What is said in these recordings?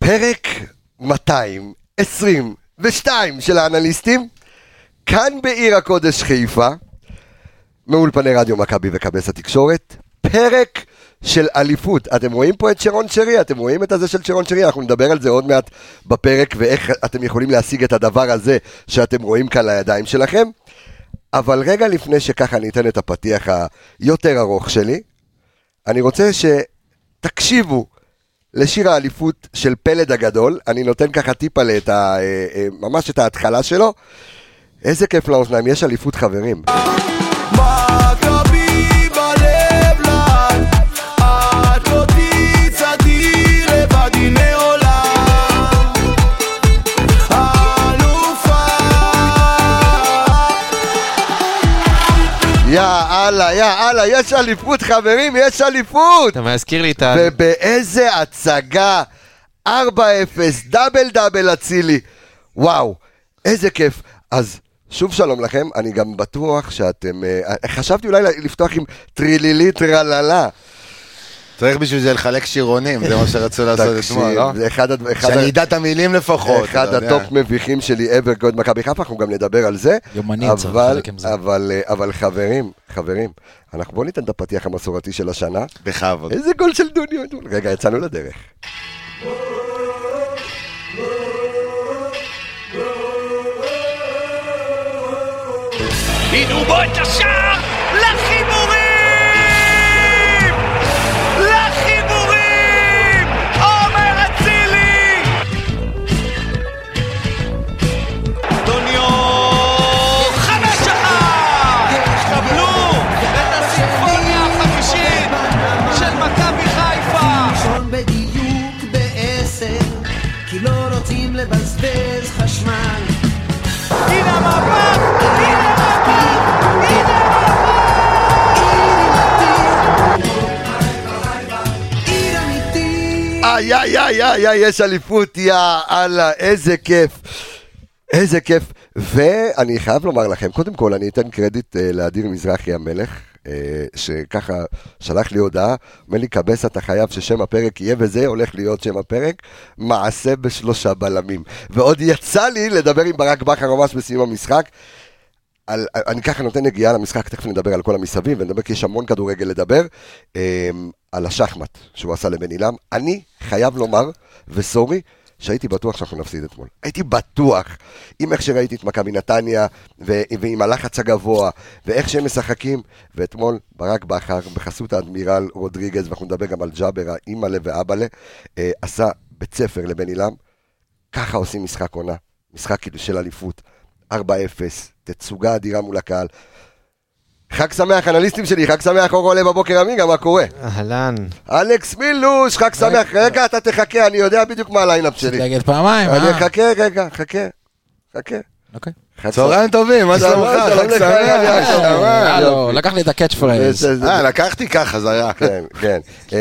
פרק 222 של האנליסטים, כאן בעיר הקודש חיפה, מאולפני רדיו מכבי וכבש התקשורת, פרק של אליפות. אתם רואים פה את שרון שרי, אתם רואים את הזה של שרון שרי, אנחנו נדבר על זה עוד מעט בפרק, ואיך אתם יכולים להשיג את הדבר הזה שאתם רואים כאן לידיים שלכם. אבל רגע לפני שככה ניתן את הפתיח היותר ארוך שלי, אני רוצה שתקשיבו לשיר האליפות של פלד הגדול. אני נותן ככה טיפה ממש את ההתחלה שלו. איזה כיף לאוזניים, יש אליפות חברים. מכבי בלב לד, את לא תצעדי לבד, הנה עולם אלופה. יאללה, יש אליפות חברים, יש אליפות. אתה מזכיר לי את ובאיזה הצגה, 4-0, דאבל אצילי, וואו, איזה כיף. אז שוב שלום לכם, אני גם בטוח שאתם, חשבתי אולי לפתוח עם טרילילי טרללה. צריך בשביל זה לחלק שירונים, זה מה שרצו לעשות אתמול, לא? שאני ידע את המילים לפחות. אחד הטופ מביכים שלי ever קוד מכבי חיפה, אנחנו גם נדבר על זה. יומנים צריך לחלק עם זה. אבל חברים, אנחנו בואו ניתן את הפתיח המסורתי של השנה. בכבוד. איזה גול של דוניו. רגע, יצאנו לדרך. הנה בוא את השער לחיבורים, עומר אצילי, דוניו 5-1, קבלו את הסימפוניה החמישית של מכבי חיפה. ראשון בדיוק ב10, כי לא רוצים לבזבז חשמל. הנה המאבק, יש אליפות, יאללה, איזה כיף. ואני חייב לומר לכם, קודם כל אני אתן קרדיט לאדיר מזרחי המלך, שככה שלח לי הודעה, אומר לי כבש אתה חייב ששם הפרק יהיה, וזה הולך להיות שם הפרק, מעשה בשלושה בלמים. ועוד יצא לי לדבר עם ברק בכר ממש בסיום המשחק, אני ככה נותן נגיעה למשחק, תכף נדבר על כל המסביב, ונדבר כי יש המון כדורגל לדבר, על השחמט שהוא עשה לבן אילם. אני חייב לומר, וסורי, שהייתי בטוח שאנחנו נפסיד אתמול. הייתי בטוח, עם איך שראיתי את מכבי נתניה, ועם הלחץ הגבוה, ואיך שהם משחקים, ואתמול ברק בכר, בחסות האדמירל רודריגז, ואנחנו נדבר גם על ג'אבר, אימאלה ואבאלה, עשה בית ספר לבן אילם. ככה עושים משחק עונה, משחק של אליפות, 4-0, תצוגה אדירה מול הקהל. חג שמח, אנליסטים שלי, חג שמח, אור עולה בבוקר עמיגה, מה קורה? אהלן. אלכס מילוש, חג שמח, רגע, אתה תחכה, אני יודע בדיוק מה הליינאפ שלי. תגיד פעמיים, אני חכה, רגע, חכה. אוקיי. צהריים טובים, מה שלומך? חג שמח. לקח לי את הקאץ' פרייז. לקחתי ככה, זה היה. כן.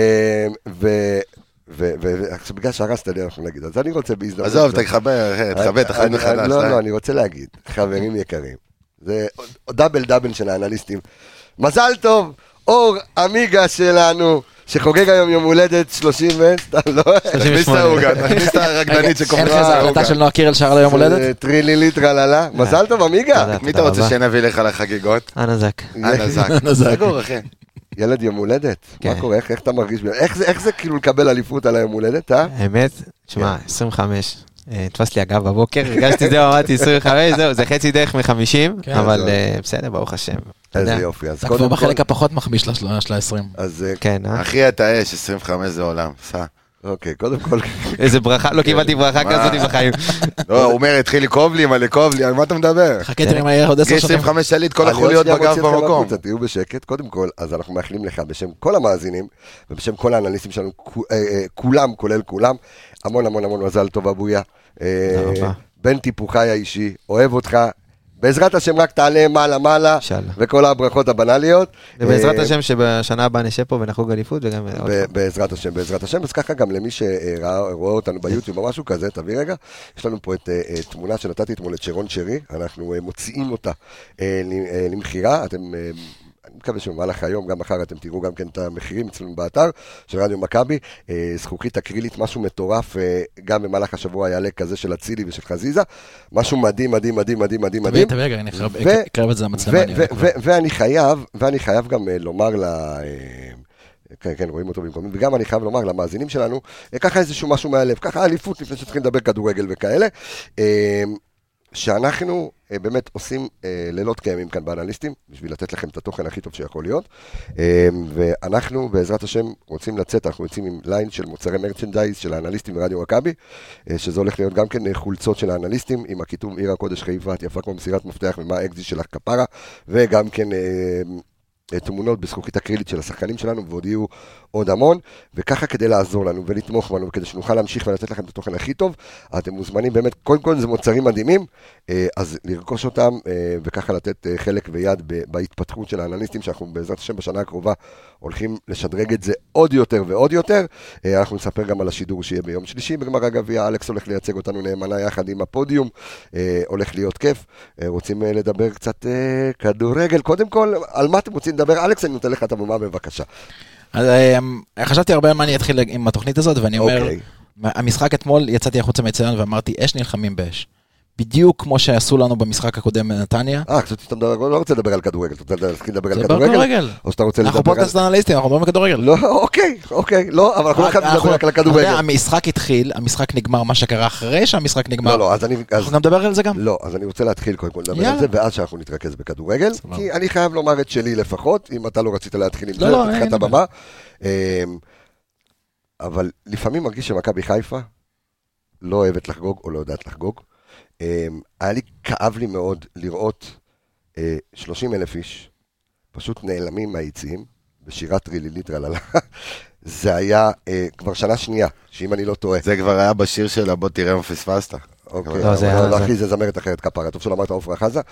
ובגלל שהרסת לי אנחנו נגיד, אז אני רוצה בהזדמנות. עזוב, תכבד את החיים מחדש. לא, אני רוצה להגיד, חברים יקרים, זה דאבל של האנליסטים. מזל טוב, אור עמיגה שלנו, שחוגג היום יום הולדת 30 לא, תכניס את העוגה, תכניס את הרקדנית שקוראים אין לך איזה הקלטה של נועה קירל שער ליום הולדת? טרילילי טרללה, מזל טוב עמיגה. מי אתה רוצה שנביא לך לחגיגות? אנזק. סגור אחי. ילד יום הולדת, מה קורה, איך אתה מרגיש? איך זה כאילו לקבל אליפות על היום הולדת, האמת, תשמע, 25, תפס לי הגב בבוקר, הרגשתי זהו, אמרתי 25, זהו, זה חצי דרך מ-50, אבל בסדר, ברוך השם. איזה יופי, אז אתה כבר בחלק הפחות מחמיש של ה-20. כן, אחי אתה אש, 25 זה עולם, סע. אוקיי, קודם כל. איזה ברכה, לא קיבלתי ברכה כזאת בחיים. לא, הוא אומר, התחיל לקרוב לי, על מה אתה מדבר? חכה תראה מה יהיה עוד 10 שנים. 25 שליט, כל החוליות בגב במקום. תהיו בשקט, קודם כל, אז אנחנו מאחלים לך בשם כל המאזינים, ובשם כל האנליסטים שלנו, כולם, כולל כולם, המון מזל טוב אבויה. בן טיפוחי האישי, אוהב אותך, בעזרת השם רק תעלה מעלה, וכל הברכות הבנאליות. ובעזרת השם שבשנה הבאה נשב פה ונחוג אליפות, וגם... בעזרת השם, אז ככה גם למי שרואה אותנו ביוטיוב או משהו כזה, תביא רגע, יש לנו פה את תמונה שנתתי אתמול את שרון שרי, אנחנו מוציאים אותה למחירה, אתם... מקווה שבמהלך היום, גם מחר אתם תראו גם כן את המחירים אצלנו באתר של רדיו מכבי, זכוכית אקרילית, משהו מטורף, גם במהלך השבוע יעלה כזה של אצילי ושל חזיזה, משהו מדהים, מדהים, מדהים, מדהים, מדהים, מדהים. תביא, רגע, אני אקרב את זה למצלמה. ואני חייב גם לומר כן, כן, רואים אותו במקומים, וגם אני חייב לומר למאזינים שלנו, ככה איזשהו משהו מהלב, ככה אליפות לפני שצריכים לדבר כדורגל וכאלה, שאנחנו באמת עושים לילות קיימים כאן באנליסטים, בשביל לתת לכם את התוכן הכי טוב שיכול להיות, ואנחנו בעזרת השם רוצים לצאת, אנחנו יוצאים עם ליין של מוצרי מרצ'נדייז של האנליסטים ברדיו מכבי, שזה הולך להיות גם כן חולצות של האנליסטים, עם הכיתוב עיר הקודש חיפה, יפה כמו מסירת מפתח ומה האקזיט של הכפרה, וגם כן תמונות בזכוכית אקרילית של השחקנים שלנו, ועוד יהיו עוד המון, וככה כדי לעזור לנו ולתמוך בנו, וכדי שנוכל להמשיך ולתת לכם את התוכן הכי טוב, אתם מוזמנים באמת, קודם כל זה מוצרים מדהימים, אז לרכוש אותם, וככה לתת חלק ויד בהתפתחות של האנליסטים, שאנחנו בעזרת השם בשנה הקרובה הולכים לשדרג את זה עוד יותר ועוד יותר, אנחנו נספר גם על השידור שיהיה ביום שלישי, בגמר הגביע, אלכס הולך לייצג אותנו נאמנה יחד עם הפודיום, הולך להיות כיף, רוצים לדבר קצת כדורגל, קודם כל, על מה אתם רוצים לדבר? אלכס, אני נותן לך את הבמה, בבקשה. אז חשבתי הרבה מה אני אתחיל עם התוכנית הזאת, ואני אומר, המשחק אתמול יצאתי החוצה מהאצטדיון ואמרתי, אש נלחמים באש. בדיוק כמו שעשו לנו במשחק הקודם בנתניה. לא רוצה לדבר על כדורגל, אתה רוצה לדבר על כדורגל? או שאתה רוצה לדבר על... אנחנו פודקאסט אנליסטים, אנחנו מדברים על כדורגל. לא, אוקיי, לא, אבל אנחנו לא חייבים לדבר רק על הכדורגל. המשחק התחיל, המשחק נגמר, מה שקרה אחרי שהמשחק נגמר. לא, אז אנחנו גם נדבר על זה גם. לא, אז אני רוצה להתחיל קודם כל לדבר על זה, ואז שאנחנו נתרכז בכדורגל, כי אני חייב לומר את שלי לפחות, אם אתה לא רצית להתחיל עם זה, תתחיל את הבמה. אבל לפעמים מרגיש שמכבי חיפה לא אוהבת לחגוג או לא יודעת לחגוג. היה לי, כאב לי מאוד לראות 30,000 איש פשוט נעלמים מהיציעים בשירת רילילית רללה. זה היה כבר שנה שנייה, שאם אני לא טועה. זה כבר היה בשיר שלה, בוא תראה מה פספסת. אוקיי, לא אחי, זה זמרת אחרת כפרה, טוב שלא אמרת עופרה חזה.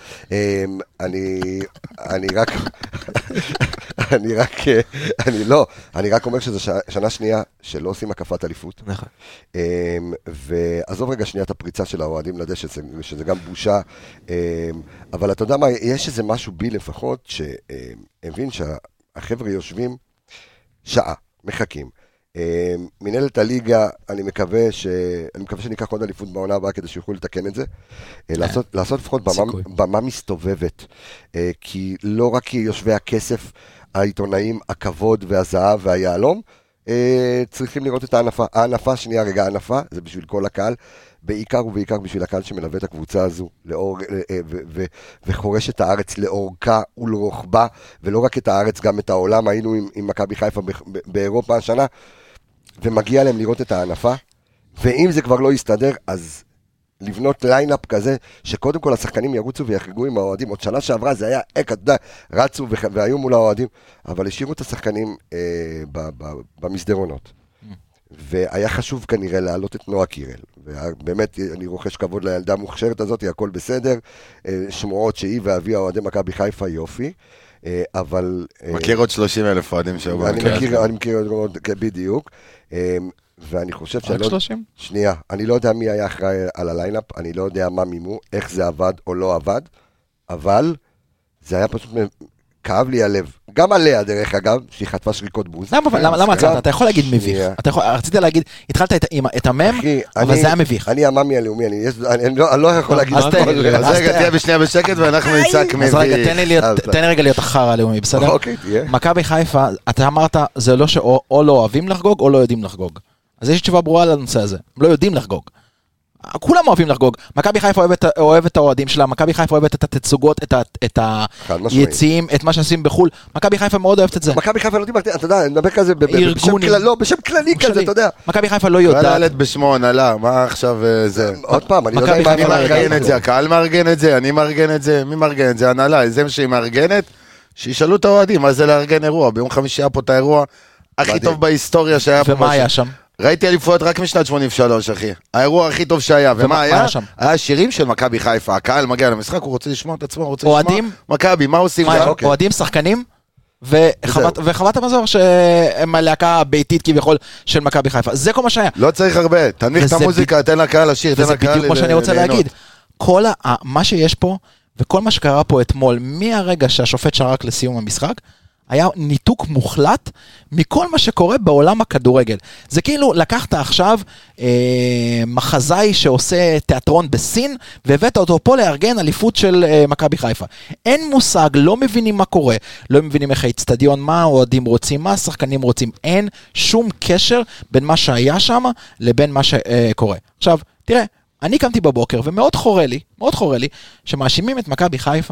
אני רק אומר שזו שנה שנייה שלא עושים הקפת אליפות. נכון. ועזוב רגע שנייה את הפריצה של האוהדים לדשא, שזה גם בושה. אבל אתה יודע מה, יש איזה משהו בי לפחות, שהבין שהחבר'ה יושבים שעה, מחכים. מנהלת הליגה, אני מקווה שניקח עוד אליפות בעונה הבאה כדי שיוכלו לתקן את זה, לעשות לפחות במה מסתובבת, כי לא רק יושבי הכסף, העיתונאים, הכבוד והזהב והיעלום, צריכים לראות את הענפה, שנייה רגע, הענפה, זה בשביל כל הקהל, בעיקר ובעיקר בשביל הקהל שמלווה את הקבוצה הזו, וחורש את הארץ לאורכה ולרוחבה, ולא רק את הארץ, גם את העולם, היינו עם מכבי חיפה באירופה השנה, ומגיע להם לראות את הענפה, ואם זה כבר לא יסתדר, אז לבנות ליינאפ כזה, שקודם כל השחקנים ירוצו ויחגגו עם האוהדים, עוד שנה שעברה זה היה, רצו והיו מול האוהדים, אבל השאירו את השחקנים במסדרונות. והיה חשוב כנראה להעלות את נועה קירל, ובאמת אני רוכש כבוד לילדה המוכשרת הזאת, הכל בסדר, שמועות שהיא ואבי האוהדי מכבי חיפה יופי, אבל... מכיר עוד 30,000 אוהדים שהיו. אני מכיר עוד בדיוק, ואני חושב רק 30? שנייה, אני לא יודע מי היה אחראי על הליינאפ, אני לא יודע מה מימו, איך זה עבד או לא עבד, אבל זה היה פשוט... כאב לי הלב, גם עליה דרך אגב, שהיא חטפה שריקות בוז. למה עצרת? אתה יכול להגיד מביך. רצית להגיד, התחלת את המם, אבל זה היה מביך. אני הממי הלאומי, אני לא יכול להגיד. אז רגע, תהיה בשנייה בשקט ואנחנו נצעק מביך. אז רגע, תן לי רגע להיות אחר הלאומי, בסדר? אוקיי, תהיה. מכבי חיפה, אתה אמרת, זה לא שאו לא אוהבים לחגוג או לא יודעים לחגוג. אז יש תשובה ברורה לנושא הזה, הם לא יודעים לחגוג. כולם אוהבים לחגוג, מכבי חיפה אוהבת את האוהדים שלה, מכבי חיפה אוהבת את התצוגות, את היציאים, את מה שעושים בחול, מכבי חיפה מאוד אוהבת את זה. מכבי חיפה לא יודעת, אתה יודע, נדבר כזה בשם כללי כזה, אתה יודע. מכבי חיפה לא יודעת. לא בשמו, נעלה, מה עכשיו זה? עוד פעם, אני לא יודע מה אני מארגן את זה, הקהל מארגן את זה, אני מארגן את זה, מי מארגן את זה? הנעלה, זה מה שהיא מארגנת, שישאלו את האוהדים, מה זה לארגן אירוע, ביום חמישי היה פה את האירוע הכי טוב בהיסטוריה שהיה פה. ומה היה שם? ראיתי אליפויות רק משנת 83, אחי. האירוע הכי טוב שהיה. ומה היה? היה שירים של מכבי חיפה. הקהל מגיע למשחק, הוא רוצה לשמוע את עצמו, הוא רוצה לשמוע מכבי, מה עושים? אוהדים, שחקנים, וחוות המזור שהם הלהקה הביתית כביכול של מכבי חיפה. זה כל מה שהיה. לא צריך הרבה. תנמיך את המוזיקה, תן לקהל לשיר, תן לקהל וזה בדיוק כמו שאני רוצה להגיד. כל מה שיש פה, וכל מה שקרה פה אתמול, מהרגע שהשופט שרק לסיום המשחק, היה ניתוק מוחלט מכל מה שקורה בעולם הכדורגל. זה כאילו לקחת עכשיו מחזאי שעושה תיאטרון בסין, והבאת אותו פה לארגן אליפות של מכבי חיפה. אין מושג, לא מבינים מה קורה, לא מבינים איך האצטדיון, מה האוהדים רוצים, מה השחקנים רוצים, אין שום קשר בין מה שהיה שם לבין מה שקורה. עכשיו, תראה, אני קמתי בבוקר ומאוד חורה לי, שמאשימים את מכבי חיפה,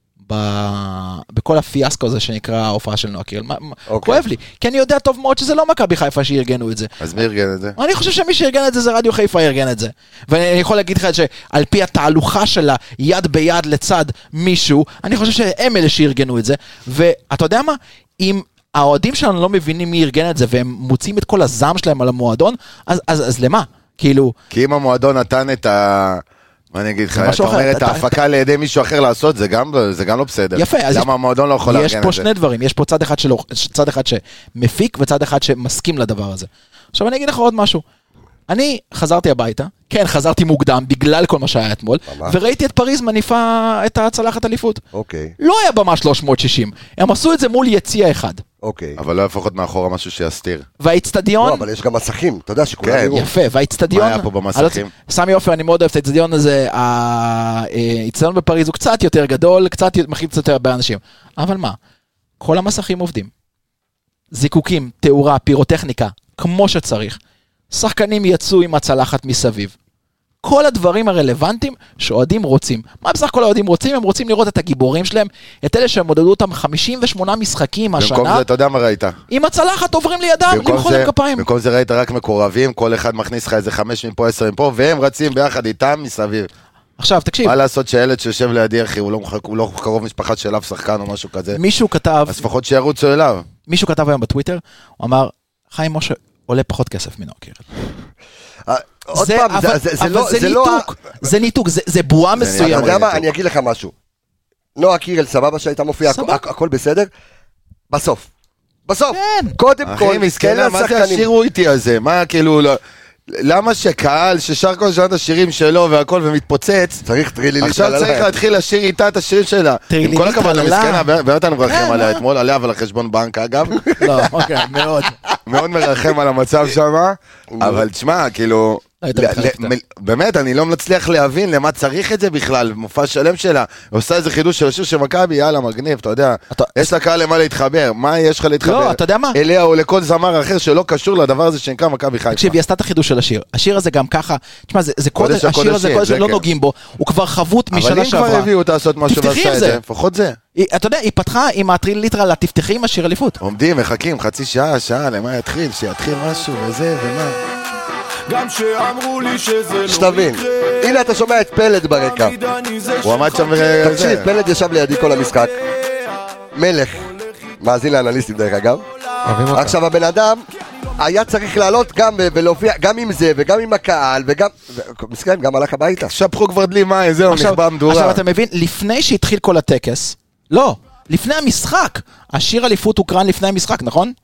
בכל הפיאסקו הזה שנקרא ההופעה של נועה קירל. כואב לי, כי אני יודע טוב מאוד שזה לא מכבי חיפה שארגנו את זה. אז מי ארגן את זה? אני חושב שמי שארגן את זה זה רדיו חיפה ארגן את זה. ואני יכול להגיד לך שעל פי התהלוכה שלה, יד ביד לצד מישהו, אני חושב שהם אלה שארגנו את זה. ואתה יודע מה? אם האוהדים שלנו לא מבינים מי ארגן את זה, והם מוצאים את כל הזעם שלהם על המועדון, אז למה? כאילו... כי אם המועדון נתן את ה... מה אני אגיד לך, אתה אומר את ההפקה לידי מישהו אחר לעשות, זה גם לא בסדר. יפה, אז למה המועדון לא יכול לארגן את זה? יש פה שני דברים, יש פה צד אחד שמפיק וצד אחד שמסכים לדבר הזה. עכשיו אני אגיד לך עוד משהו, אני חזרתי הביתה, כן, חזרתי מוקדם בגלל כל מה שהיה אתמול, וראיתי את פריז מניפה את הצלחת אליפות. אוקיי. לא היה במה 360, הם עשו את זה מול יציע אחד. אוקיי. אבל לא לפחות מאחורה משהו שיסתיר. והאצטדיון... לא, אבל יש גם מסכים, אתה יודע שכולם יראו. יפה, והאצטדיון... מה היה פה במסכים? סמי אופר, אני מאוד אוהב את האצטדיון הזה, האצטדיון בפריז הוא קצת יותר גדול, מכיל קצת יותר הרבה אנשים. אבל מה? כל המסכים עובדים. זיקוקים, תאורה, פירוטכניקה, כמו שצריך. שחקנים יצאו עם הצלחת מסביב. כל הדברים הרלוונטיים שאוהדים רוצים. מה בסך כל האוהדים רוצים? הם רוצים לראות את הגיבורים שלהם, את אלה שהם מודדו אותם 58 משחקים השנה. במקום זה, אתה יודע מה ראית? עם הצלחת עוברים לידם, למחוא להם כפיים. במקום זה ראית רק מקורבים, כל אחד מכניס לך איזה 5 מפה, 10 מפה, והם רצים ביחד איתם מסביב. עכשיו, תקשיב. מה לעשות שהילד שיושב לידי, אחי, הוא לא קרוב משפחת של אף שחקן או משהו כזה. מישהו כתב... אז לפחות שירוצו אליו. מישהו כתב היום בטוויטר, הוא אמר, חיים משה עולה פחות כסף מנועה קירל. עוד פעם, זה ניתוק, זה ניתוק, זה בועה מסוימת. אתה יודע מה, אני אגיד לך משהו. נועה קירל סבבה שהייתה מופיעה, הכל בסדר, בסוף, קודם כל, אחי מסכנה, מה זה השירו איתי הזה? מה כאילו, למה שקהל ששר כל שנה את השירים שלו והכל ומתפוצץ, צריך טרילילי עכשיו צריך להתחיל לשיר איתה את השירים שלה. עם כל הכבוד למסכנה, באמת אני מרחם עליה אתמול, עליה ועל החשבון בנק אגב. לא, אוקיי, מאוד. מאוד מרחם על המצב שם, אבל תשמע, כאילו, באמת, אני לא מצליח להבין למה צריך את זה בכלל, מופע שלם שלה, עושה איזה חידוש של השיר של מכבי, יאללה, מגניב, אתה יודע, יש לה קהל למה להתחבר, מה יש לך להתחבר? לא, אתה יודע מה? אליה או לכל זמר אחר שלא קשור לדבר הזה שנקרא מכבי חיפה. תקשיב, היא עשתה את החידוש של השיר, השיר הזה גם ככה, תשמע, זה קודש, השיר הזה קודש שלא נוגעים בו, הוא כבר חבוט משנה שעברה. אבל אם כבר הביאו אותה לעשות משהו ועשה את זה, לפחות זה. אתה יודע, היא פתחה עם הטריליטרה לתפתחי עם השיר אליפות. עומדים, מחכים, חצי שעה, למה יתחיל, שיתחיל משהו וזה ומה. גם שאמרו לי שזה לא שתבין, הנה אתה שומע את פלד ברקע. הוא עמד שם תקשיב, פלד ישב לידי כל המשחק. מלך, מאזין לאנליסטים דרך אגב. עכשיו הבן אדם היה צריך לעלות גם ולהופיע, גם עם זה וגם עם הקהל וגם, מסכן, גם הלך הביתה. שפכו כבר דלי מים, זהו, נכבה המדורה. עכשיו אתה מבין, לפני שהתחיל כל הטקס, לא, לפני המשחק, השיר אליפות הוקרן לפני המשחק, נכון?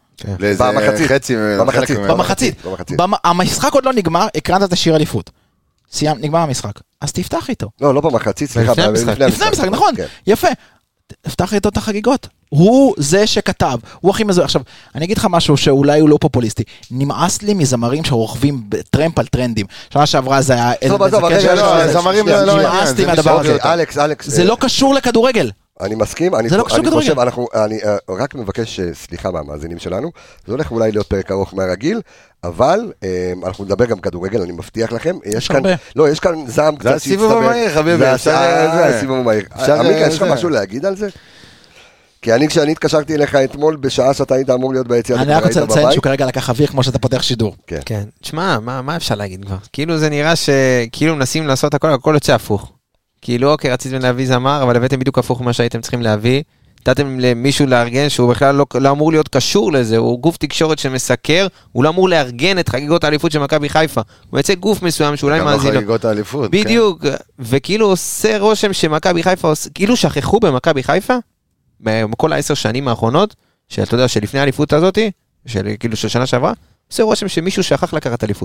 במחצית. המשחק עוד לא נגמר, הקרנת את השיר אליפות. נגמר המשחק. אז תפתח איתו. לא במחצית, סליחה. לפני המשחק, נכון. יפה. תפתח איתו את החגיגות. הוא זה שכתב. הוא הכי מזוהה. עכשיו, אני אגיד לך משהו שאולי הוא לא פופוליסטי. נמאס לי מזמרים שרוכבים טרמפ על טרנדים. שנה שעברה זה היה... זמרים נמאסתי מהדבר הזה. אלכס. זה לא קשור לכדורגל. אני מסכים, אני חושב, אני רק מבקש סליחה מהמאזינים שלנו, זה הולך אולי להיות פרק ארוך מהרגיל, אבל אנחנו נדבר גם כדורגל, אני מבטיח לכם, יש כאן זעם קצת זה הסיבוב המהיר, חביבי, זה הסיבוב המהיר. עמיקה, יש לך משהו להגיד על זה? כי כשאני התקשרתי אליך אתמול בשעה שאתה היית אמור להיות ביציאה, אני רק רוצה לציין שהוא כרגע לקח אוויר כמו שאתה פותח שידור. כן, תשמע, מה אפשר להגיד כבר? כאילו זה נראה שכאילו מנסים לעשות הכל יוצא הפוך. כאילו, אוקיי, רציתם להביא זמר, אבל הבאתם בדיוק הפוך ממה שהייתם צריכים להביא. נתתם למישהו לארגן שהוא בכלל לא אמור להיות קשור לזה, הוא גוף תקשורת שמסקר, הוא לא אמור לארגן את חגיגות האליפות של מכבי חיפה. הוא יצא גוף מסוים שאולי מאזין לו. גם חגיגות האליפות. בדיוק, וכאילו עושה רושם שמכבי חיפה, כאילו שכחו במכבי חיפה, בכל 10 שנים האחרונות, שאתה יודע, שלפני האליפות הזאת, כאילו של שנה שעברה, עושה רושם שמישהו שכח לקחת אליפות.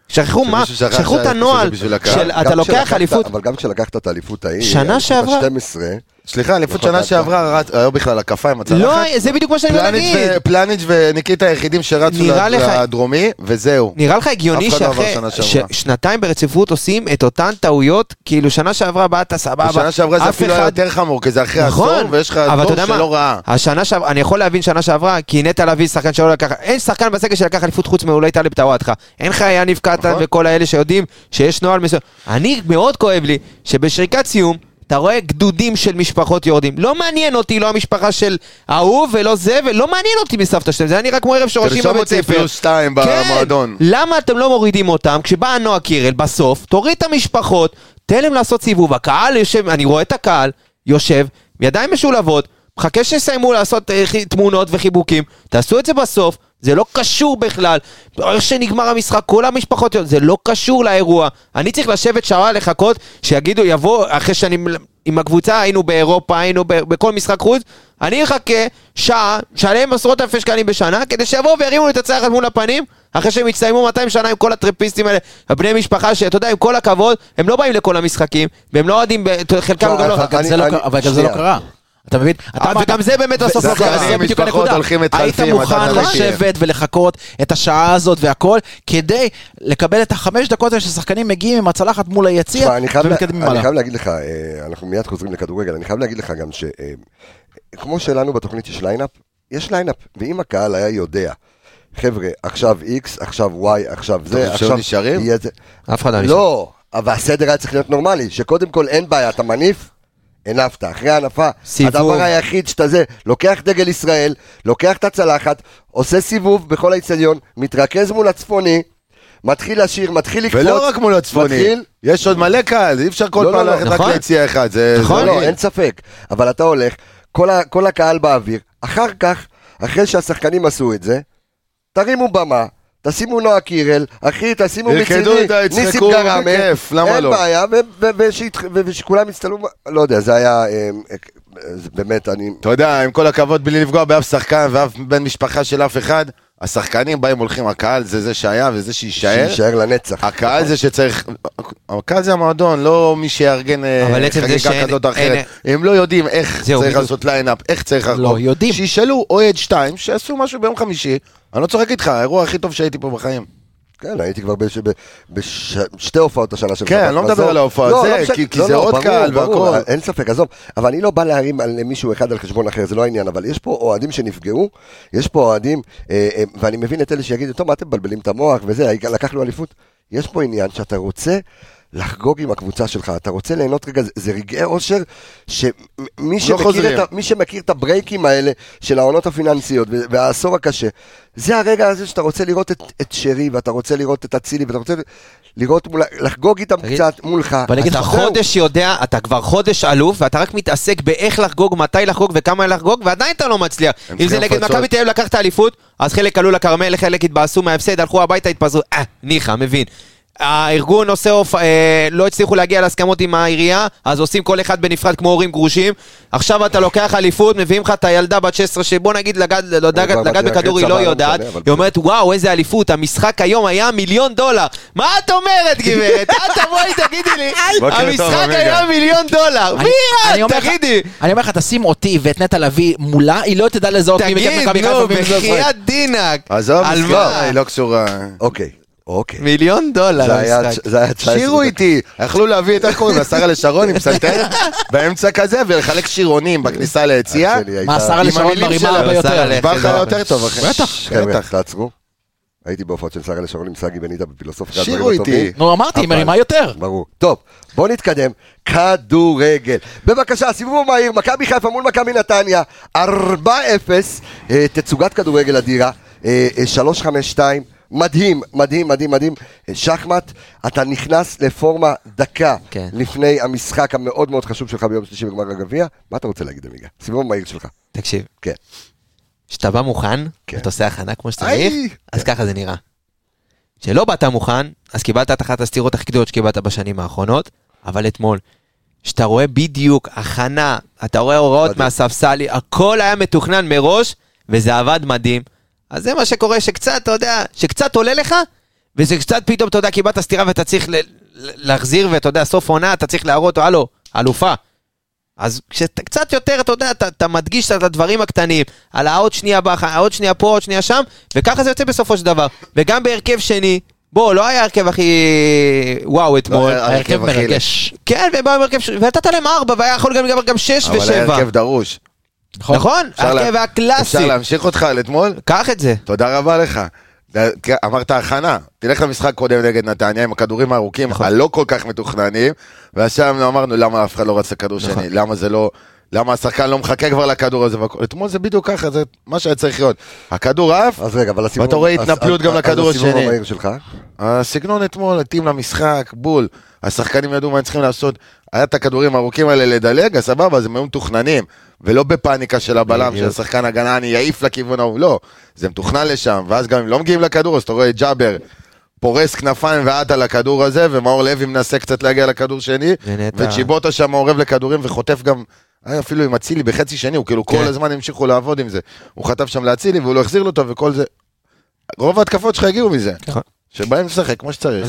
שכחו מה, שכחו את הנועל של אתה לוקח אליפות. אבל גם כשלקחת את האליפות ההיא, שנה שעברה. 12, סליחה, אליפות שנה שעברה, היו בכלל הכפיים הצלחת. לא, זה בדיוק מה שאני מגיד. פלניץ' וניקיטה היחידים שרצו לדרומי, וזהו. נראה לך הגיוני שאחרי שנתיים ברציפות עושים את אותן טעויות, כאילו שנה שעברה באת סבבה. שנה שעברה זה אפילו יותר חמור, כי זה אחרי עשור, ויש לך דור שלא ראה. אני יכול להבין שנה שעברה, כי נטע לביא שחקן שלא לקח, אין שחקן בסגל שלקח אליפות חוץ מאולי טלב טוואטחה. אין לך יניב קטן וכל האלה שיודעים שיש נוהל מסוים. אני מאוד כואב לי שבשריקת סיום אתה רואה גדודים של משפחות יורדים. לא מעניין אותי, לא המשפחה של ההוא ולא זה, ולא מעניין אותי מסבתא שלהם. זה היה נראה כמו ערב שורשים בבית ספר. תרשום אותי +2 במועדון. למה אתם לא מורידים אותם? כשבא נועה קירל בסוף, תוריד את המשפחות, תן להם לעשות סיבוב. הקהל יושב, אני רואה את הקהל, יושב, ידיים משולבות, מחכה שסיימו לעשות תמונות וחיבוקים, תעשו את זה בסוף, זה לא קשור בכלל, איך שנגמר המשחק, כל המשפחות, זה לא קשור לאירוע, אני צריך לשבת שעה לחכות, שיגידו, יבוא, אחרי שאני עם הקבוצה, היינו באירופה, היינו בכל משחק חוץ, אני אחכה שעה, שעליהם עשרות אלפי שקלים בשנה, כדי שיבואו וירימו את הצלחת מול הפנים, אחרי שהם יצטיימו 200 שנה עם כל הטרפיסטים האלה, הבני משפחה שאתה יודע, עם כל הכבוד, הם לא באים לכל המשחקים, והם לא עדים, חלקם גם לא, אבל גם זה לא קרה. אתה מבין? וגם זה באמת בסוף לא קרה. זה בדיוק הנקודה. היית מוכן לשבת ולחכות את השעה הזאת והכל, כדי לקבל את 5 דקות ששחקנים מגיעים עם הצלחת מול היציע ומתקדמים הלאה. אני חייב להגיד לך, אנחנו מיד חוזרים לכדורגל, אני חייב להגיד לך גם שכמו שלנו בתוכנית יש ליינאפ, ואם הקהל היה יודע, חבר'ה, עכשיו X, עכשיו Y, עכשיו זה, עכשיו נשארים? אף אחד לא נשאר. לא, אבל הסדר היה צריך להיות נורמלי, שקודם כל אין בעיה, אתה מניף, הנפת, אחרי הנפה, הדבר היחיד שאתה זה, לוקח דגל ישראל, לוקח את הצלחת, עושה סיבוב בכל האצטדיון, מתרכז מול הצפוני, מתחיל לשיר, מתחיל לקפוץ. ולא רק מול הצפוני, יש עוד מלא קהל, אי אפשר כל פעם ללכת רק ליציאה אחד. נכון, לא, אין ספק, אבל אתה הולך, כל הקהל באוויר, אחר כך, אחרי שהשחקנים עשו את זה, תרימו במה, תשימו נועה קירל, אחי, תשימו מצידי, ניסים גרמה, אין בעיה, ושכולם יצטלו, לא יודע, זה היה, באמת, אני... אתה יודע, עם כל הכבוד, בלי לפגוע באף שחקן ואף בן משפחה של אף אחד, השחקנים באים הולכים, הקהל זה זה שהיה וזה שישאר. שישאר לנצח. הקהל זה שצריך, הקהל זה המועדון, לא מי שיארגן חגיגה כזאת אחרת. הם לא יודעים איך צריך לעשות ליינאפ, איך צריך לחגוג. שישאלו אוהד 2, שעשו משהו ביום חמישי, אני לא צוחק איתך, האירוע הכי טוב שהייתי פה בחיים. כן, הייתי כבר בשתי הופעות השנה של... כן, אני לא מדבר על ההופעות, כי זה עוד קהל והכל. אין ספק, עזוב. אבל אני לא בא להרים על מישהו אחד על חשבון אחר, זה לא העניין, אבל יש פה אוהדים שנפגעו, יש פה אוהדים, ואני מבין את אלה שיגידו, טוב, מה אתם מבלבלים את המוח וזה, לקח לו אליפות. יש פה עניין שאתה רוצה לחגוג עם הקבוצה שלך, אתה רוצה ליהנות רגע, זה רגעי אושר, שמי שמכיר את הברייקים האלה של העונות הפיננסיות והעשור הקשה, זה הרגע הזה שאתה רוצה לראות את שרי, ואתה רוצה לראות את הצילי, ואתה רוצה לראות, לחגוג איתם קצת מולך. אתה חודש יודע, אתה כבר חודש אלוף, ואתה רק מתעסק באיך לחגוג, מתי לחגוג וכמה לחגוג, ועדיין אתה לא מצליח. אם זה נגד מכבי תל אביב לקח את האליפות, אז חלק עלו לכרמל, חלק התבאסו מההפסד, הלכו הביתה, התפזרו, ניחא, מבין. הארגון עושה לא הצליחו להגיע להסכמות עם העירייה, אז עושים כל אחד בנפרד כמו הורים גרושים. עכשיו אתה לוקח אליפות, מביאים לך את הילדה בת 16 שבוא נגיד לגד בכדור היא לא יודעת, היא אומרת וואו איזה אליפות, המשחק היום היה $1,000,000. מה את אומרת גברת? תבואי תגידי לי, המשחק היה $1,000,000. מי את? תגידי. אני אומר לך תשים אותי ואת נטע לביא מולה, היא לא תדע לזהות מי מכם מכבי חיפה ומי מכם בחייאת דינק. עזוב, היא לא קשורה. אוקיי. $1,000,000. זה היה 19. שירו איתי, יכלו להביא את הכל, שרה לשרון עם סנטר, באמצע כזה, ולחלק שירונים בכניסה ליציאה. מה, שרה לשרון מרימה הרבה יותר. נשבר לך יותר טוב, אחי. בטח. תעצרו. הייתי בהופעות של שרה לשרון עם סגי בניטה בפילוסופיה. שירו איתי. נו, אמרתי, מרימה יותר. ברור. טוב, בוא נתקדם. כדורגל. בבקשה, סיבוב מהיר, מכבי חיפה מול מכבי נתניה, 4-0, תצוגת כדורגל אדירה, 3-5-2. מדהים, מדהים, מדהים, מדהים. שחמט, אתה נכנס לפורמה דקה לפני המשחק המאוד מאוד חשוב שלך ביום שלישי בגמר הגביע. מה אתה רוצה להגיד, אמיגה? סיבוב מהיר שלך. תקשיב. כן. שאתה בא מוכן, אתה עושה הכנה כמו שצריך, אז ככה זה נראה. שלא באת מוכן, אז קיבלת את אחת הסתירות הכי גדולות שקיבלת בשנים האחרונות, אבל אתמול, שאתה רואה בדיוק הכנה, אתה רואה הוראות מהספסלי, הכל היה מתוכנן מראש, וזה עבד מדהים. אז זה מה שקורה, שקצת, אתה יודע, שקצת עולה לך, וזה קצת פתאום, אתה יודע, קיבלת סתירה ואתה צריך להחזיר, ואתה יודע, סוף עונה, אתה צריך להראות, הלו, אלופה. אז כשאתה קצת יותר, אתה יודע, אתה מדגיש את הדברים הקטנים, על העוד שנייה עוד שנייה פה, עוד שנייה שם, וככה זה יוצא בסופו של דבר. וגם בהרכב שני, בוא, לא היה הרכב הכי וואו אתמול. ההרכב מרגש. כן, ונתת להם 4, והיה יכול גם 6 ו7. אבל ההרכב דרוש. נכון, ההרכב הקלאסי. אפשר להמשיך אותך על אתמול? קח את זה. תודה רבה לך. אמרת הכנה, תלך למשחק קודם נגד נתניה עם הכדורים הארוכים, הלא כל כך מתוכננים, ועכשיו אמרנו למה אף אחד לא רצה כדור שני, למה זה לא, למה השחקן לא מחכה כבר לכדור הזה, אתמול זה בדיוק ככה, זה מה שהיה צריך להיות, הכדור עף, ואתה רואה התנפלות גם לכדור השני. הסיבוב המהיר שלך? הסגנון אתמול, התאים למשחק, בול, השחקנים ידעו מה הם צריכים לעשות, היה את הכדורים הארוכים האלה לדלג, סבבה, זה היו מתוכננים, ולא בפאניקה של הבלם, של השחקן הגנה, אני יעיף לכיוון ההוא, לא, זה מתוכנן לשם, ואז גם אם לא מגיעים לכדור, אז אתה רואה ג'אבר, פורס כנפיים ועט על הכדור הזה, ומאור לוי מנסה קצת להגיע לכדור שני, וצ'יבוטה שם מעורב לכדורים, וחוטף גם, אפילו עם הצילי בחצי שני, הוא כאילו כל הזמן המשיכו לעבוד עם זה, הוא חטף שם להצילי, והוא לא החזיר לו אותו, וכל זה, רוב ההתקפות שלך הגיעו מזה. שבאים לשחק כמו שצריך.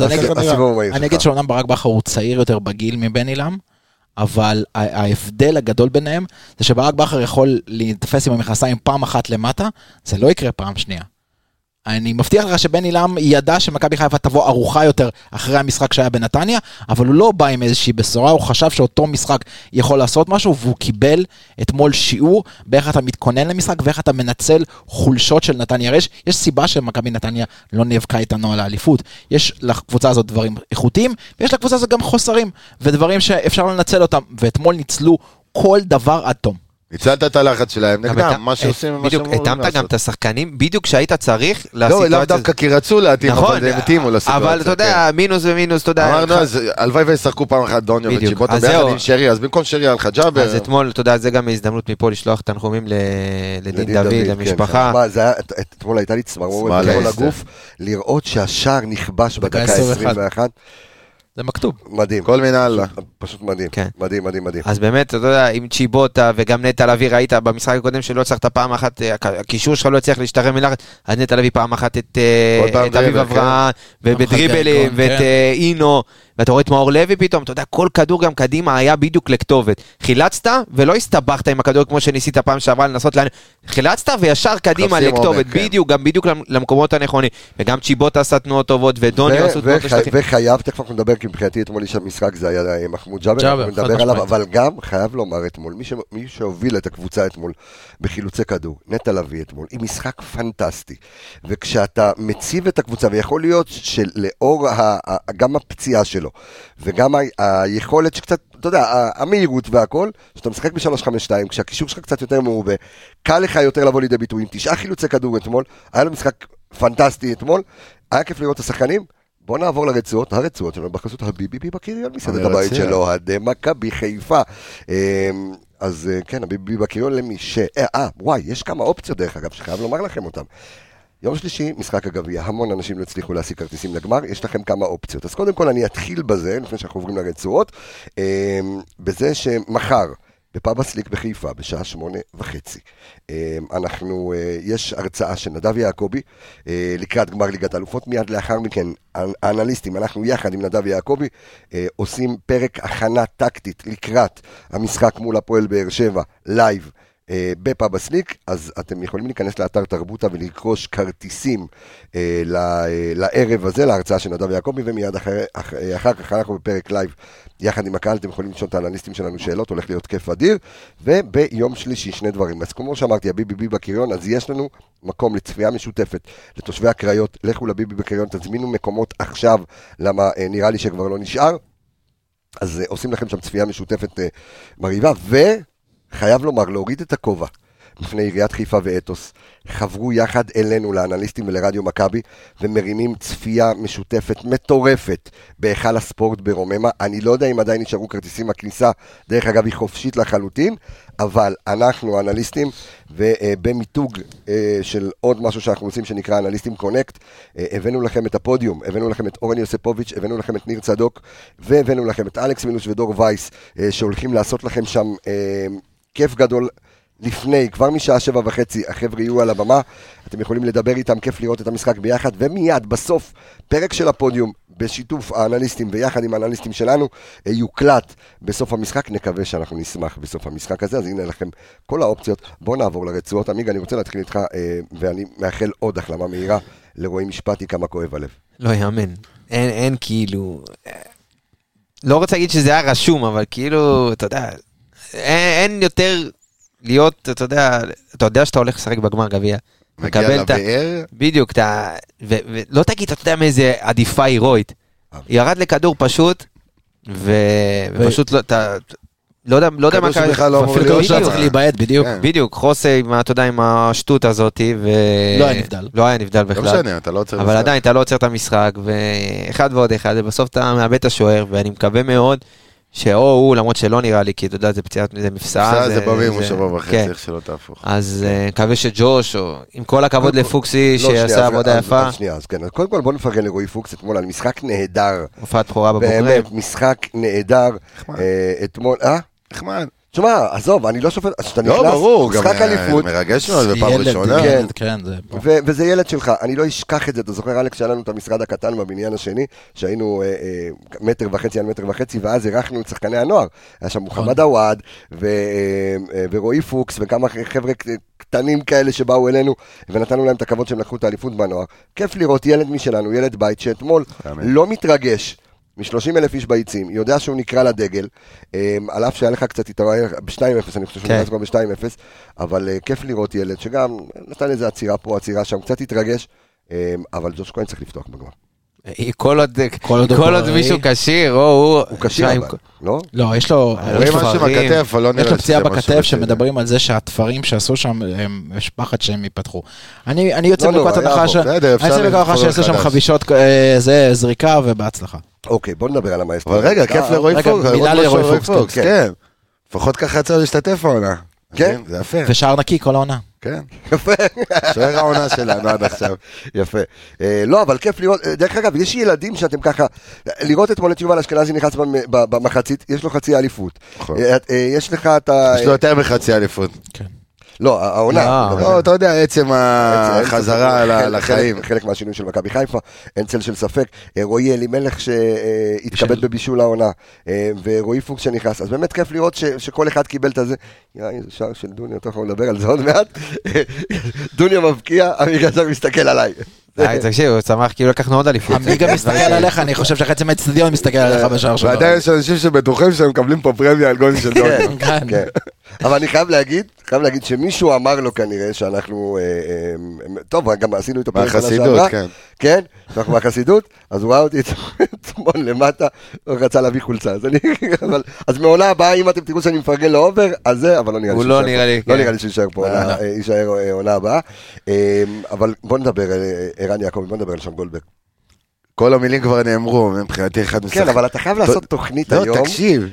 אני אגיד שאומנם ברק בכר הוא צעיר יותר בגיל מבן אילם, אבל ההבדל הגדול ביניהם, זה שברק בכר יכול להתפס עם המכנסיים פעם אחת למטה, זה לא יקרה פעם שנייה. אני מבטיח לך שבן אילם ידע שמכבי חיפה תבוא ארוחה יותר אחרי המשחק שהיה בנתניה, אבל הוא לא בא עם איזושהי בשורה, הוא חשב שאותו משחק יכול לעשות משהו, והוא קיבל אתמול שיעור באיך אתה מתכונן למשחק, ואיך אתה מנצל חולשות של נתניה. יש סיבה שמכבי נתניה לא נאבקה איתנו על האליפות. יש לקבוצה הזאת דברים איכותיים, ויש לקבוצה הזאת גם חוסרים, ודברים שאפשר לנצל אותם, ואתמול ניצלו כל דבר עד תום. ניצלת את הלחץ שלהם, נגדם, מה שעושים, מה שאמורים לעשות. התאמת גם את השחקנים, בדיוק שהיית צריך לא, לאו דווקא כי רצו להתאים, אבל זה התאימו לסיטואציה. אבל אתה יודע, מינוס ומינוס, אתה יודע. אמרנו, אז הלוואי וישחקו פעם אחת דוניו וצ'יבוטה ביחד עם שרי, אז במקום שרי על חג'אבר. אז אתמול, אתה יודע, זה גם הזדמנות מפה לשלוח תנחומים לדין דוד, למשפחה. אתמול הייתה לי צמרמורת בכל הגוף, לראות שהשער נכבש בדקה 21. זה מכתוב. מדהים. כל מינה אללה. פשוט מדהים. מדהים, מדהים, מדהים. אז באמת, אתה יודע, עם צ'יבוטה וגם נטע לביא, ראית במשחק הקודם שלא הצלחת פעם אחת, הקישור שלך לא הצליח להשתחרר מלחץ, אז נטע לביא פעם אחת את אביב אברהם, ובדריבלים, ואת אינו, ואתה רואה את מאור לוי פתאום, אתה יודע, כל כדור גם קדימה היה בדיוק לכתובת. חילצת ולא הסתבכת עם הכדור כמו שניסית פעם שעברה לנסות חילצת וישר קדימה לכתובת, בדיוק, גם בדיוק למקומות הנכונים. וגם צ'יבוטה עשה תנועות טובות, ודוניו עשו תנועות לשטחים. וחייב, תכף אנחנו נדבר, כי מבחינתי אתמול איש המשחק זה היה מחמוד ג'אבר, אנחנו נדבר עליו, אבל גם חייב לומר אתמול, מי שהוביל את הקבוצה אתמול בחילוצי כדור, נטע לביא אתמול, היא משחק פנטסטי. וכשאתה מציב את הקבוצה, ויכול להיות שלאור גם הפציעה שלו, וגם היכולת שקצת, אתה יודע, המהירות והכל, שאתה משחק ב-3-5-2, כשהקישור שלך קצת יותר מעובה, קל לך יותר לבוא לידי ביטוי, עם 9 חילוצי כדור אתמול, היה לו משחק פנטסטי אתמול, היה כיף לראות את השחקנים, בוא נעבור לרצועות, הרצועות שלנו, בחסות הביבי בקריון, מסעדת הבית שלו, מכבי חיפה, אז כן, הביבי בקריון למי וואי, יש כמה אופציות דרך אגב, שחייב לומר לכם אותם. יום שלישי, משחק הגביע, המון אנשים לא הצליחו להשיג כרטיסים לגמר, יש לכם כמה אופציות. אז קודם כל אני אתחיל בזה, לפני שאנחנו עוברים לרצועות, בזה שמחר, בפאב הסליק בחיפה, בשעה 8:30, יש הרצאה של נדב יעקבי, לקראת גמר ליגת האלופות, מיד לאחר מכן, האנליסטים, אנחנו יחד עם נדב יעקבי, עושים פרק הכנה טקטית לקראת המשחק מול הפועל באר שבע, לייב, בפאב הסליק, אז אתם יכולים להיכנס לאתר תרבותה ולרכוש כרטיסים לערב הזה, להרצאה של נדב יעקבי, ומיד אחר כך אנחנו בפרק לייב יחד עם הקהל, אתם יכולים לשאול את האנליסטים שלנו שאלות, הולך להיות כיף אדיר, וביום שלישי שני דברים, אז כמו שאמרתי, הביבי בקריון, אז יש לנו מקום לצפייה משותפת לתושבי הקריות, לכו לביבי בקריון, תזמינו מקומות עכשיו, למה נראה לי שכבר לא נשאר, אז עושים לכם שם צפייה משותפת מרהיבה, חייב לומר, להוריד את הכובע בפני עיריית חיפה ואתוס, חברו יחד אלינו לאנליסטים ולרדיו מכבי, ומרימים צפייה משותפת מטורפת בהיכל הספורט ברוממה. אני לא יודע אם עדיין נשארו כרטיסים הכניסה, דרך אגב היא חופשית לחלוטין, אבל אנחנו האנליסטים, ובמיתוג של עוד משהו שאנחנו עושים שנקרא אנליסטים קונקט, הבאנו לכם את הפודיום, הבאנו לכם את אורן יוספוביץ', הבאנו לכם את ניר צדוק, והבאנו לכם את אלכס מינוש ודור וייס, שהולכים לעשות לכם שם כיף גדול, לפני, כבר משעה 7:30, החבר'ה יהיו על הבמה, אתם יכולים לדבר איתם, כיף לראות את המשחק ביחד, ומיד בסוף, פרק של הפודיום, בשיתוף האנליסטים ויחד עם האנליסטים שלנו, יוקלט בסוף המשחק, נקווה שאנחנו נשמח בסוף המשחק הזה, אז הנה לכם כל האופציות, בואו נעבור לרצועות, עמיג, אני רוצה להתחיל איתך, ואני מאחל עוד החלמה מהירה, לרועי משפטי, כמה כואב הלב. לא יאמן, אין כאילו, לא רוצה להגיד שזה היה רשום, אבל כאילו, אתה יודע, אין יותר להיות, אתה יודע שאתה הולך לשחק בגמר גביע, מגיע לבאר, בדיוק, ולא תגיד, אתה יודע מאיזה עדיפה הירואית, ירד לכדור פשוט, ופשוט לא יודע מה כדור שבכלל לא אמור אפילו להיות כדור שלה צריך להיבעט, בדיוק. בדיוק, חוסה, אתה יודע, עם השטות הזאת, לא היה נבדל בכלל. לא משנה, אתה לא עוצר אבל עדיין אתה לא עוצר את המשחק, ואחד ועוד אחד, ובסוף אתה מאבד את השוער, ואני מקווה מאוד שאו הוא, למרות שלא נראה לי, כי אתה יודע, זה פציעת, זה מפסעה. מפסעה זה במים הוא שבוע וחצי, איך שלא תהפוך. אז מקווה שג'וש, או עם כל הכבוד לפוקסי, שיעשה עבודה יפה. שנייה, אז כן, אז קודם כל בוא נפרגן לרועי פוקס אתמול על משחק נהדר. הופעת בכורה בבוגרים. באמת, משחק נהדר. אתמול, נחמד. תשמע, עזוב, אני לא שופט, אז שאתה לא, נכנס, ברור, גם משחק אליפות, מרגש מאוד בפעם ראשונה. כן, זה... וזה ילד שלך, אני לא אשכח את זה, אתה זוכר אלכס שהיה לנו את המשרד הקטן בבניין השני, שהיינו 1.5 מטר על 1.5 מטר, ואז אירחנו את שחקני הנוער, היה שם מוחמד עוואד, ורועי פוקס, וכמה חבר'ה קטנים כאלה שבאו אלינו, ונתנו להם את הכבוד שהם לקחו את האליפות בנוער. כיף לראות ילד משלנו, ילד בית, שאתמול לא מתרגש, מ-30,000 איש ביצים, יודע שהוא נקרא לדגל, על אף שהיה לך קצת התראה ב-2-0, אני חושב שהוא נראה כבר ב-2-0, אבל כיף לראות ילד שגם נתן איזה עצירה פה, עצירה שם, קצת התרגש, אבל ג'וש כהן צריך לפתוח בגמר. כל עוד מישהו קשיר, הוא קשיר, לא? לא, יש לו... רואים משהו בכתף, אבל לא נראה יש לו פציעה בכתף שמדברים על זה שהתפרים שעשו שם, יש פחד שהם ייפתחו. אני יוצא מנקודת הנחה שיש לו שם חבישות, זה זריקה ובהצלחה. אוקיי, בוא נדבר על המאסטר. אבל רגע, כיף לרועי פוקס. מילה לרועי פוקס, כן. לפחות ככה יצא להשתתף העונה. כן? זה יפה. ושער נקי כל העונה. כן. יפה. שוער העונה שלנו עד עכשיו. יפה. לא, אבל כיף לראות, דרך אגב, יש ילדים שאתם ככה, לראות אתמול את יובל אשכנזי נכנס במחצית, יש לו חצי אליפות. יש לך את ה... יש לו יותר מחצי אליפות. כן. לא, העונה. לא, אתה יודע, עצם החזרה לחיים. חלק מהשינוי של מכבי חיפה, אין צל של ספק. רועי אלימלך שהתכבד בבישול העונה, ורועי פוקס שנכנס. אז באמת כיף לראות שכל אחד קיבל את הזה. איזה שער של דוניה, אתה יכול לדבר על זה עוד מעט. דוניה מבקיע, עמיגה עכשיו מסתכל עליי. תקשיב, הוא צמח כאילו לקחנו עוד אליפות. עמיגה מסתכל עליך, אני חושב שחצי מהאצטדיון מסתכל עליך בשער שלו. ועדיין יש אנשים שבטוחים שהם מקבלים פה פרמיה על גול של דוניה. אבל אני חייב להגיד שמישהו אמר לו כנראה שאנחנו, טוב, גם עשינו איתו פרק מהחסידות, כן. כן, אנחנו מהחסידות, אז הוא ראה אותי אתמול למטה, הוא רצה להביא חולצה, אז מעונה הבאה, אם אתם תראו שאני מפרגן לאובר, אז זה, אבל לא נראה לי שישאר פה, יישאר עונה הבאה, אבל בוא נדבר, ערן יעקב, בוא נדבר על שם גולדברג. כל המילים כבר נאמרו, מבחינתי אחד משחק. כן, אבל אתה חייב לעשות תוכנית היום. לא, תקשיב.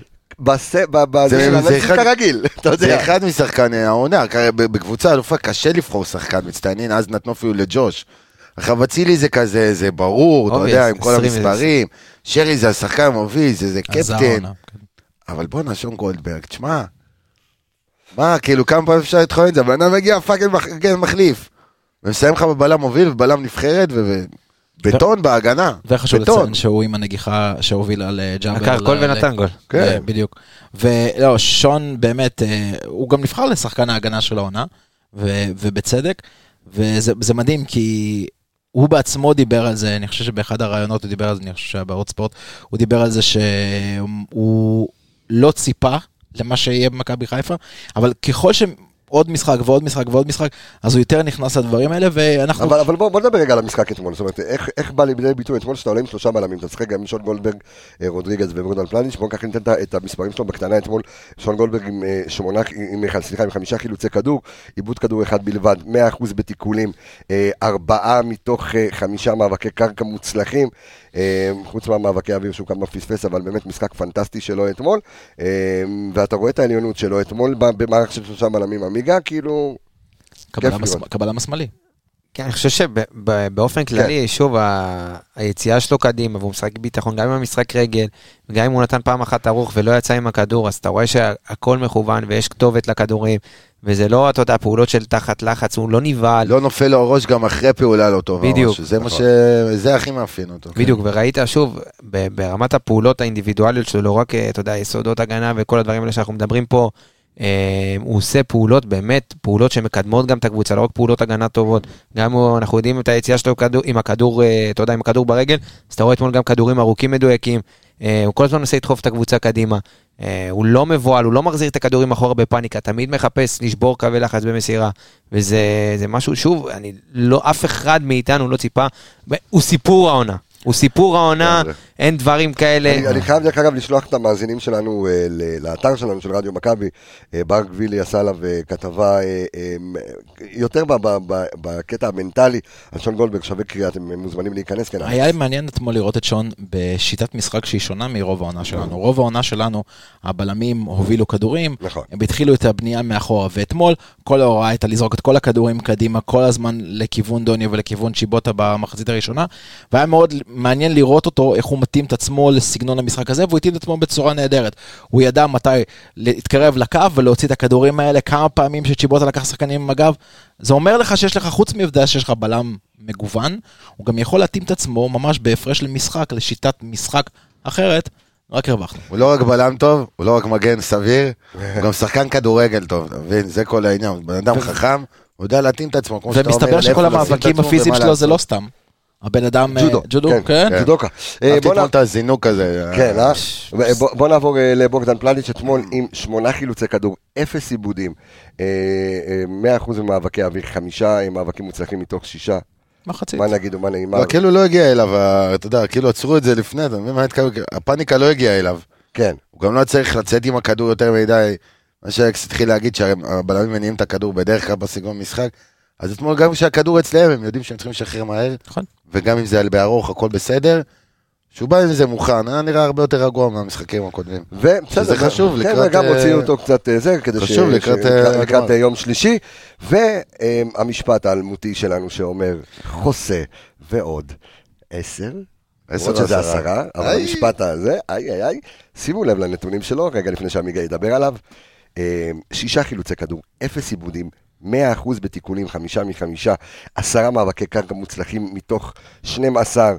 זה כרגיל, זה אחד משחקני העונה, בקבוצה אלופה קשה לבחור שחקן מצטיינים, אז נתנו אפילו לג'וש. עכשיו אצילי זה כזה, זה ברור, אתה יודע, עם כל המספרים, שרי זה השחקן המוביל, זה קפטן, אבל בוא נשום גולדברג, תשמע, מה, כאילו כמה פעמים אפשר לתחול את זה, הבנה מגיע פאקינג מחליף, ומסיים לך בבלם מוביל, ובלם נבחרת, בטון בהגנה. וחשוב לציין שהוא עם הנגיחה שהובילה לג'אבר. לקח גול ונתן גול. כן. בדיוק. ולא, שון באמת, הוא גם נבחר לשחקן ההגנה של העונה, ובצדק, וזה מדהים כי הוא בעצמו דיבר על זה, אני חושב שבאחד הרעיונות הוא דיבר על זה, אני חושב שהיה בערוץ ספורט, הוא דיבר על זה שהוא לא ציפה למה שיהיה במכבי חיפה, אבל ככל עוד משחק ועוד משחק ועוד משחק, אז הוא יותר נכנס לדברים האלה, ואנחנו... אבל בוא נדבר רגע על המשחק אתמול, זאת אומרת, איך בא לידי ביטוי אתמול שאתה עולה עם 3 בלמים, אתה צריך גם עם שון גולדברג, רודריגז וברונדל פלניץ', בואו ככה ניתן את המספרים שלו בקטנה אתמול, שון גולדברג עם 5 חילוצי כדור, עיבוד כדור אחד בלבד, 100% בתיקולים, 4 מתוך 5 מאבקי קרקע מוצלחים, חוץ מהמאבקי אוויר שהוא כמה פספס, אבל באמת משחק פנטסטי שלו אתמול, ואתה רואה את העליונות שלו אתמול במערך של 3 בלמים עמיגה, כאילו... קבלה משמאלי. כן, אני חושב שבאופן כללי, שוב, היציאה שלו קדימה, והוא משחק ביטחון, גם עם המשחק רגל, וגם אם הוא נתן פעם אחת ארוך ולא יצא עם הכדור, אז אתה רואה שהכל מכוון ויש כתובת לכדורים, וזה לא, אתה יודע, פעולות של תחת לחץ, הוא לא נבעל. לא נופל לו הראש גם אחרי פעולה לא טובה. בדיוק. זה הכי מאפיין אותו. בדיוק, וראית שוב, ברמת הפעולות האינדיבידואליות שלו, לא רק, אתה יודע, יסודות הגנה וכל הדברים האלה שאנחנו מדברים פה, הוא עושה פעולות, באמת, פעולות שמקדמות גם את הקבוצה, לא רק פעולות הגנה טובות, גם אנחנו יודעים את היציאה שלו עם הכדור, אתה יודע, עם הכדור ברגל, אז אתה רואה אתמול גם כדורים ארוכים מדויקים, הוא כל הזמן מנסה לדחוף את הקבוצה קדימה, הוא לא מבועל, הוא לא מחזיר את הכדורים אחורה בפאניקה, תמיד מחפש לשבור קווי לחץ במסירה, וזה משהו, שוב, אף אחד מאיתנו לא ציפה, הוא סיפור העונה. הוא סיפור העונה, אין דברים כאלה. אני חייב דרך אגב לשלוח את המאזינים שלנו לאתר שלנו של רדיו מכבי, ברק וילי עשה עליו כתבה יותר בקטע המנטלי, על שון גולדברג שווה קריאה, אתם מוזמנים להיכנס. היה מעניין אתמול לראות את שון בשיטת משחק שהיא שונה מרוב העונה שלנו. רוב העונה שלנו, הבלמים הובילו כדורים, הם התחילו את הבנייה מאחורה, ואתמול כל ההוראה הייתה לזרוק את כל הכדורים קדימה, כל הזמן לכיוון דוניו ולכיוון שיבוטה במחצית הראשונה, והיה מאוד מעניין לראות אותו, איך הוא מתאים את עצמו לסגנון המשחק הזה, והוא התאים את עצמו בצורה נהדרת. הוא ידע מתי להתקרב לקו ולהוציא את הכדורים האלה, כמה פעמים שצ'יבוטה לקח שחקנים עם הגב. זה אומר לך שיש לך, חוץ מעובדה שיש לך בלם מגוון, הוא גם יכול להתאים את עצמו ממש בהפרש למשחק, לשיטת משחק אחרת, רק הרווחנו. הוא לא רק בלם טוב, הוא לא רק מגן סביר, הוא גם שחקן כדורגל טוב, זה כל העניין, בן אדם חכם, הוא יודע להתאים את עצמו, כמו שאתה אומר, ומסתבר שכל המאבקים הפיזיים שלו זה לא סתם. הבן אדם, ג'ודו, כן? ג'ודוקה. אהבתי אתמול את הזינוק הזה. כן, בוא נעבור לבוגדן פלניץ' אתמול עם 8 חילוצי כדור, 0 עיבודים, 100% ממאבקי אוויר, 5 מאבקים מוצלחים מתוך 6. מחצית. מה נגיד ומה נאמר? כאילו לא הגיע אליו, אתה יודע, כאילו עצרו את זה לפני, הפאניקה לא הגיעה אליו. כן. הוא גם לא צריך לצאת עם הכדור יותר מדי, מה שאקס התחיל להגיד שהבלמים מניעים את הכדור בדרך כלל בסגנון משחק, אז אתמול גם כשהכדור אצלם, הם יודעים שהם צריכים לשחרר מהר, וגם אם זה על בארוך, הכל בסדר, שהוא בא עם זה מוכן, היה נראה הרבה יותר רגוע מהמשחקים הקודמים. שזה חשוב, וגם הוציאו אותו קצת זה, כדי לקראת יום שלישי, והמשפט האלמותי שלנו שאומר, חוסה ועוד 10, עוד שזה 10, אבל המשפט הזה, שימו לב לנתונים שלו, רגע לפני שהמיגה ידבר עליו, 6 חילוצי כדור, 0 עיבודים, 100% בתיקולים, 5 מ-5, 10 מאבקי קרקע מוצלחים מתוך 12.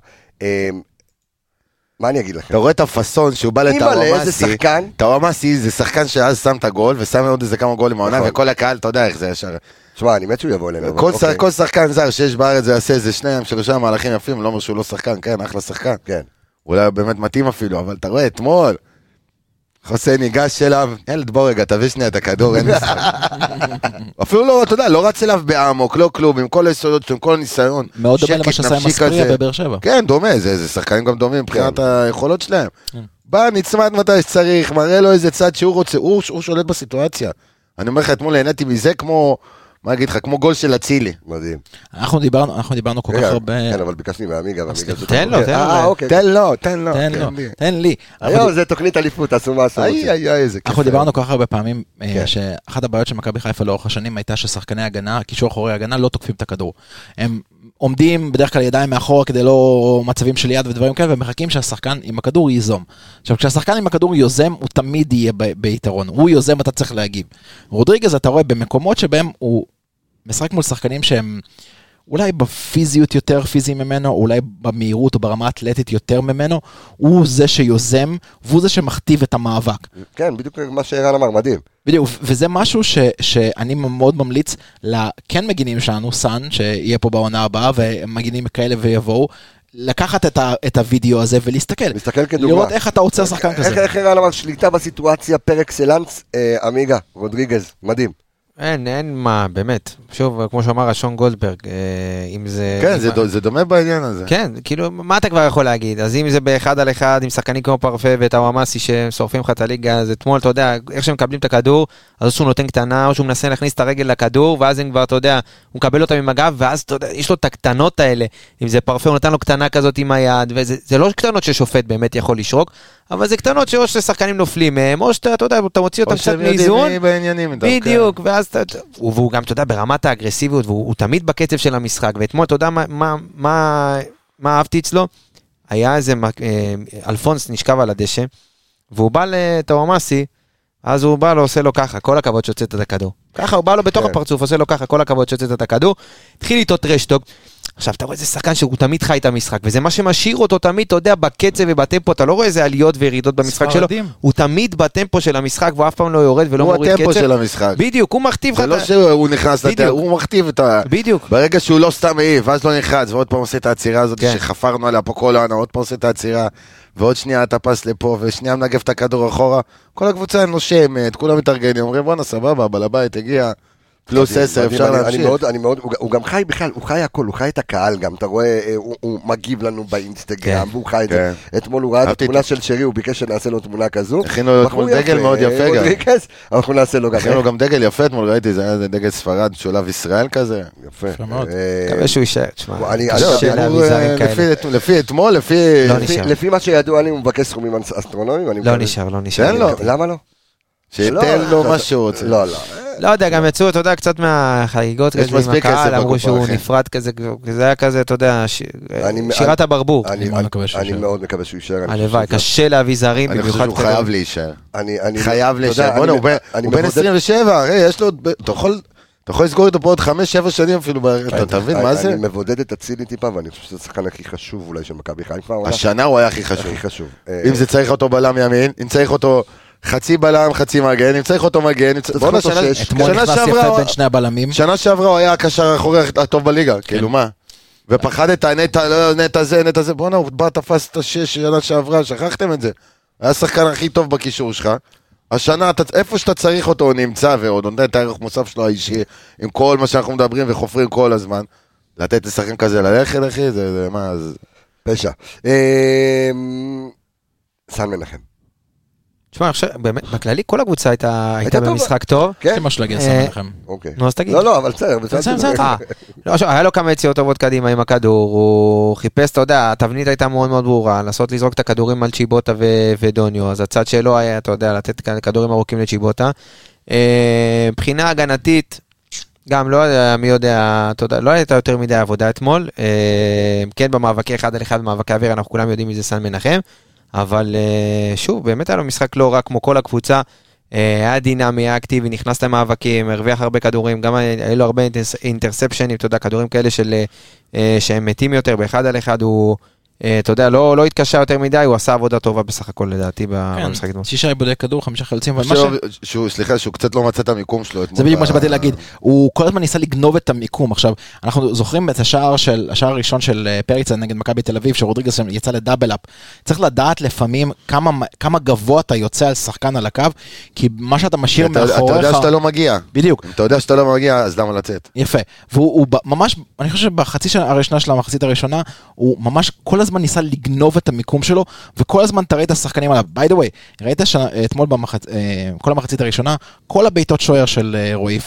מה אני אגיד לכם? אתה רואה את הפסון שהוא בא לטאוואמאסי, טאוואמאסי זה שחקן שאז שם את הגול, ושם עוד איזה כמה גולים מהעונה, וכל הקהל, אתה יודע איך זה ישר. תשמע, אני מת שהוא יבוא אלינו. כל שחקן זר שיש בארץ זה יעשה איזה 2-3 מהלכים יפים, לא אומר שהוא לא שחקן, כן, אחלה שחקן. אולי באמת מתאים אפילו, אבל אתה רואה אתמול, חוסה ניגש אליו, ילד בוא רגע, תביא שנייה את הכדור, אין משחק. אפילו לא, אתה יודע, לא רץ אליו בעמוק, לא כלום, עם כל היסודות שלו, עם כל הניסיון. מאוד דומה למה שעשה עם אספריה בבאר שבע. כן, דומה, זה שחקנים גם דומים מבחינת היכולות שלהם. בא, נצמד מתי שצריך, מראה לו איזה צד שהוא רוצה, הוא שולט בסיטואציה. אני אומר לך, אתמול נהניתי מזה כמו... מה אגיד לך, כמו גול של אצילי. מדהים. אנחנו דיברנו כל כך הרבה... כן, אבל ביקשתי מהמיגה. תן לי. היום זה תוכנית אליפות, תעשו מה עשו. אנחנו דיברנו כל כך הרבה פעמים, שאחת הבעיות של מכבי חיפה לאורך השנים הייתה ששחקני הגנה, קישור אחורי הגנה, לא תוקפים את הכדור. הם עומדים בדרך כלל ידיים מאחורה כדי לא מצבים של יד ודברים כאלה, ומחכים שהשחקן עם הכדור ייזום. עכשיו, כשהשחקן עם הכדור יוזם, הוא תמיד יהיה ביתרון. הוא יוזם, אתה צריך להגיב. רודריגז, אתה רואה במקומות שבהם הוא משחק מול שחקנים שהם אולי בפיזיות יותר פיזיים ממנו, אולי במהירות או ברמה האתלטית יותר ממנו, הוא זה שיוזם, והוא זה שמכתיב את המאבק. כן, בדיוק מה שערן אמר, מדהים. בדיוק, וזה משהו שאני מאוד ממליץ לכן מגינים שלנו, סן, שיהיה פה בעונה הבאה, ומגינים כאלה ויבואו, לקחת את הוידאו הזה ולהסתכל. להסתכל כדוגמה. לראות איך אתה עוצר שחקן כזה. איך ערן אמר, שליטה בסיטואציה פר אקסלנס, אמיגה, רודריגז, מדהים. אין מה, באמת. שוב, כמו שאמר שון גולדברג, אם זה... כן, זה דומה בעניין הזה. כן, כאילו, מה אתה כבר יכול להגיד? אז אם זה באחד על אחד, עם שחקנים כמו פרפה וטאוואמאסי ששורפים לך את הליגה, אז אתמול, אתה יודע, איך שהם מקבלים את הכדור, אז שהוא נותן קטנה, או שהוא מנסה להכניס את הרגל לכדור, ואז הם כבר, אתה יודע, הוא מקבל אותם עם הגב, ואז, אתה יודע, יש לו את הקטנות האלה. אם זה פרפה, הוא נתן לו קטנה כזאת עם היד, וזה לא קטנות ששופט באמת יכול לשרוק, אבל זה קטנות שאו ששחקנים נופלים מהם, או שאתה יודע, אתה מוציא אותם קצת מאיזון, בדיוק, ואז, והוא גם, אתה יודע, ברמת האגרסיביות, והוא תמיד בקצב של המשחק, ואתמול, אתה יודע מה אהבתי אצלו? היה איזה, אלפונס נשכב על הדשא, והוא בא לטאומאסי, אז הוא בא לו, עושה לו ככה, כל הכבוד שיוצאת את הכדור. ככה, הוא בא לו בתוך הפרצוף, עושה לו ככה, כל הכבוד שיוצאת את הכדור, התחיל איתו טרשטוק, עכשיו, אתה רואה איזה שחקן שהוא תמיד חי את המשחק, וזה מה שמשאיר אותו תמיד, אתה יודע, בקצב ובטמפו, אתה לא רואה איזה עליות וירידות במשחק שלו, הוא תמיד בטמפו של המשחק, והוא אף פעם לא יורד ולא מוריד קצב. הוא הטמפו של המשחק. בדיוק, הוא מכתיב. זה לא שהוא נכנס לתאר, הוא מכתיב את ה... בדיוק. ברגע שהוא לא סתם העיף, ואז לא נחץ, ועוד פעם עושה את העצירה הזאת, שחפרנו עליה פה כל העונה, עוד פעם עושה את העצירה, ועוד שנייה אתה פס לפה, ושנייה מנגף את הכדור אחורה, כל הקבוצה נושמת, כולם מתארגנים, אומרים, בואנה, סבבה, בעל הבית הגיע, פלוס 10, אפשר להמשיך. הוא גם חי בכלל, הוא חי הכל, הוא חי את הקהל גם, אתה רואה, הוא מגיב לנו באינסטגרם, והוא חי את זה. אתמול הוא ראה את התמונה של שרי, הוא ביקש שנעשה לו תמונה כזו. הכינו לו אתמול דגל מאוד יפה גם. אנחנו נעשה לו גם. הכינו לו גם דגל יפה אתמול, ראיתי, זה היה דגל ספרד, שולב ישראל כזה. יפה. כמה שהוא יישאר, תשמע. לפי אתמול, לפי מה שידוע לי, הוא מבקש סכומים אסטרונומיים. לא נשאר. למה לא? שייתן לו מה שהוא רוצה. לא יודע, גם יצאו, אתה יודע, קצת מהחגיגות כזה עם הקהל, אמרו שהוא נפרד כזה, זה היה כזה, אתה יודע, שירת הברבור. אני מאוד מקווה שהוא יישאר. הלוואי, קשה להביא זרים. אני חושב שהוא חייב להישאר. חייב להישאר. הוא בן 27, יש לו, אתה יכול לסגור איתו פה עוד 5-7 שנים אפילו, אתה מבין מה זה? אני מבודד את הצילי טיפה, ואני חושב שזה השחקן הכי חשוב אולי של מכבי חיפה. השנה הוא היה הכי חשוב. אם זה צריך אותו בלם ימין, אם צריך אותו חצי בלם, חצי מגן, אם צריך אותו מגן, אתמול נכנס יפה בין שני הבלמים. שנה שעברה הוא היה הקשר האחורי הטוב בליגה, כאילו מה? ופחדת, נטע זה, בוא'נה, הוא בא תפס את השש שנה שעברה, שכחתם את זה. היה השחקן הכי טוב בקישור שלך. השנה, איפה שאתה צריך אותו, הוא נמצא, ועוד נותן את הערך מוסף שלו האישי, עם כל מה שאנחנו מדברים וחופרים כל הזמן. לתת לשחקן כזה ללכת, אחי, זה מה, אז... פשע. סן מנחם. תשמע, באמת, בכללי כל הקבוצה הייתה במשחק טוב. כן, מה שלגן סן מנחם. נו, אז תגיד. לא, אבל בסדר. היה לו כמה יציאות טובות קדימה עם הכדור, הוא חיפש, אתה יודע, התבנית הייתה מאוד מאוד ברורה, לנסות לזרוק את הכדורים על צ'יבוטה ודוניו, אז הצד שלו היה, אתה יודע, לתת כדורים ארוכים לצ'יבוטה. מבחינה הגנתית, גם לא יודע, מי יודע, אתה יודע, לא הייתה יותר מדי עבודה אתמול, כן, במאבקי אחד על אחד, במאבקי אוויר, אנחנו כולם יודעים מי זה סן מנחם, אבל שוב, באמת היה לו משחק לא רק כמו כל הקבוצה, היה דינמי, היה אקטיבי, נכנס למאבקים, הרוויח הרבה כדורים, גם היה לו הרבה אינטרספשנים, אתה יודע, כדורים כאלה שהם מתים יותר, באחד על אחד הוא, אתה יודע, לא התקשה יותר מדי, הוא עשה עבודה טובה בסך הכל לדעתי במשחק. 6 עיבודי כדור, 5 חלוצים. סליחה, שהוא קצת לא מצא את המיקום שלו. זה בדיוק מה שבאתי להגיד, הוא כל הזמן ניסה לגנוב את המיקום. עכשיו, אנחנו זוכרים את השער הראשון של פריצה נגד מכבי תל אביב, שרודריגז יצא לדאבל אפ. צריך לדעת לפעמים כמה גבוה אתה יוצא על שחקן על הקו, כי מה שאתה משאיר מאחוריך... אתה יודע שאתה לא מגיע. בדיוק. אם אתה יודע שאתה לא מגיע, אז למה לצאת? יפה. והוא ממש, אני חושב שבחצי הראשונה של המחצית הראשונה, הוא ממש כל הזמן ניסה לגנוב את המיקום שלו, וכל הזמן תראה את השחקנים עליו. by the way, ראית אתמול כל המחצית הראשונה, כל הביתות שוער של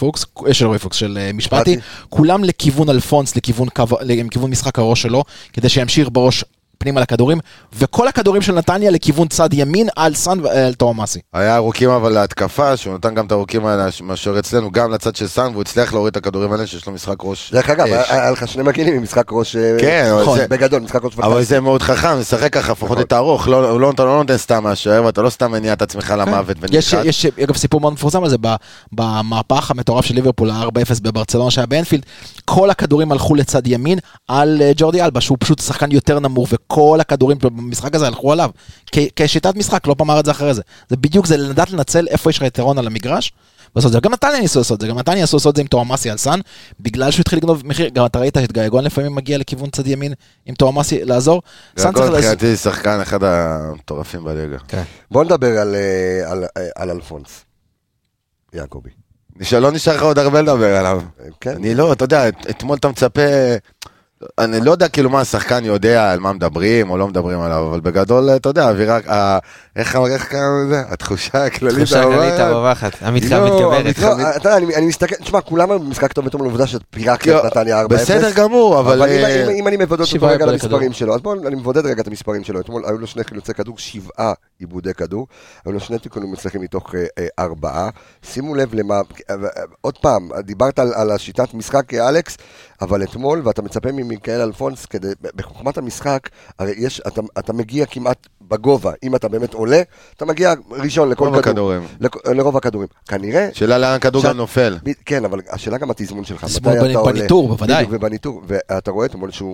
של משפטי, כולם לכיוון אלפונס, לכיוון משחק הראש שלו, כדי שימשיך בראש פנים על הכדורים, וכל הכדורים של נתניה לכיוון צד ימין על סן ועל תאומאסי. היה ארוכים אבל להתקפה, שהוא נתן גם את הארוכים האלה מהשוער אצלנו, גם לצד של סן, והוא הצליח להוריד את הכדורים האלה שיש לו משחק ראש. דרך אגב, היה לך שני מגינים עם משחק ראש, בגדול, משחק ראש. אבל זה מאוד חכם, לשחק ככה, לפחות את הארוך, הוא לא נותן סתם מהשוער, ואתה לא סתם מניע את עצמך למוות. יש אגב סיפור מאוד מפורסם על זה, במהפך המטורף של ליברפול, 4-0 בברצלונה שהיה באנפילד, כל הכדורים הלכו לצד ימין על ג'ורדי אלבה, שהוא פשוט שחקן יותר נמוך, וכל הכדורים במשחק הזה הלכו עליו. כשיטת משחק, לא פעם אמר את זה אחרי זה. זה בדיוק, זה לדעת לנצל איפה יש לך יתרון על המגרש, ועשות זה. גם נתניה ניסו לעשות זה, גם נתניה ניסו לעשות זה עם תאומאסי על סן, בגלל שהוא התחיל לגנוב מחיר, גם אתה ראית שגייגון לפעמים מגיע לכיוון צד ימין עם תאומאסי לעזור. גייגון תחילתי שחקן אחד המטורפים בליגה. בוא נדבר על אלפונס. יעקובי. לא נשאר לך עוד הרבה לדבר עליו. אני לא, אתה יודע, אתמול אתה מצפה... אני לא יודע כאילו מה השחקן יודע על מה מדברים או לא מדברים עליו, אבל בגדול, אתה יודע, אווירה, איך קראנו לזה? התחושה הכללית הרווחת, המתגברת. אני מסתכל, תשמע, כולם במשחק טוב ותום לעובדה שפירק את נתניה 4-0. בסדר גמור, אבל... אם אני מבודד אותו רגע למספרים שלו, אז בואו, אני מבודד רגע את המספרים שלו. אתמול היו לו 2 חילוצי כדור, 7 עיבודי כדור, אבל לו 2 תיקונים מצליחים מתוך 4. שימו לב למה, עוד פעם, דיברת על השיטת משחק אלכס, אבל אתמול, ואתה מצפה ממיקאל אלפונס, בחוכמת המשחק, הרי אתה מגיע כמעט בגובה, אם אתה באמת עולה, אתה מגיע ראשון לכל כדור. לרוב הכדורים. כנראה... שאלה לאן הכדור גם נופל. כן, אבל השאלה גם התזמון שלך. בניטור, בוודאי. ובניטור, ואתה רואה אתמול שהוא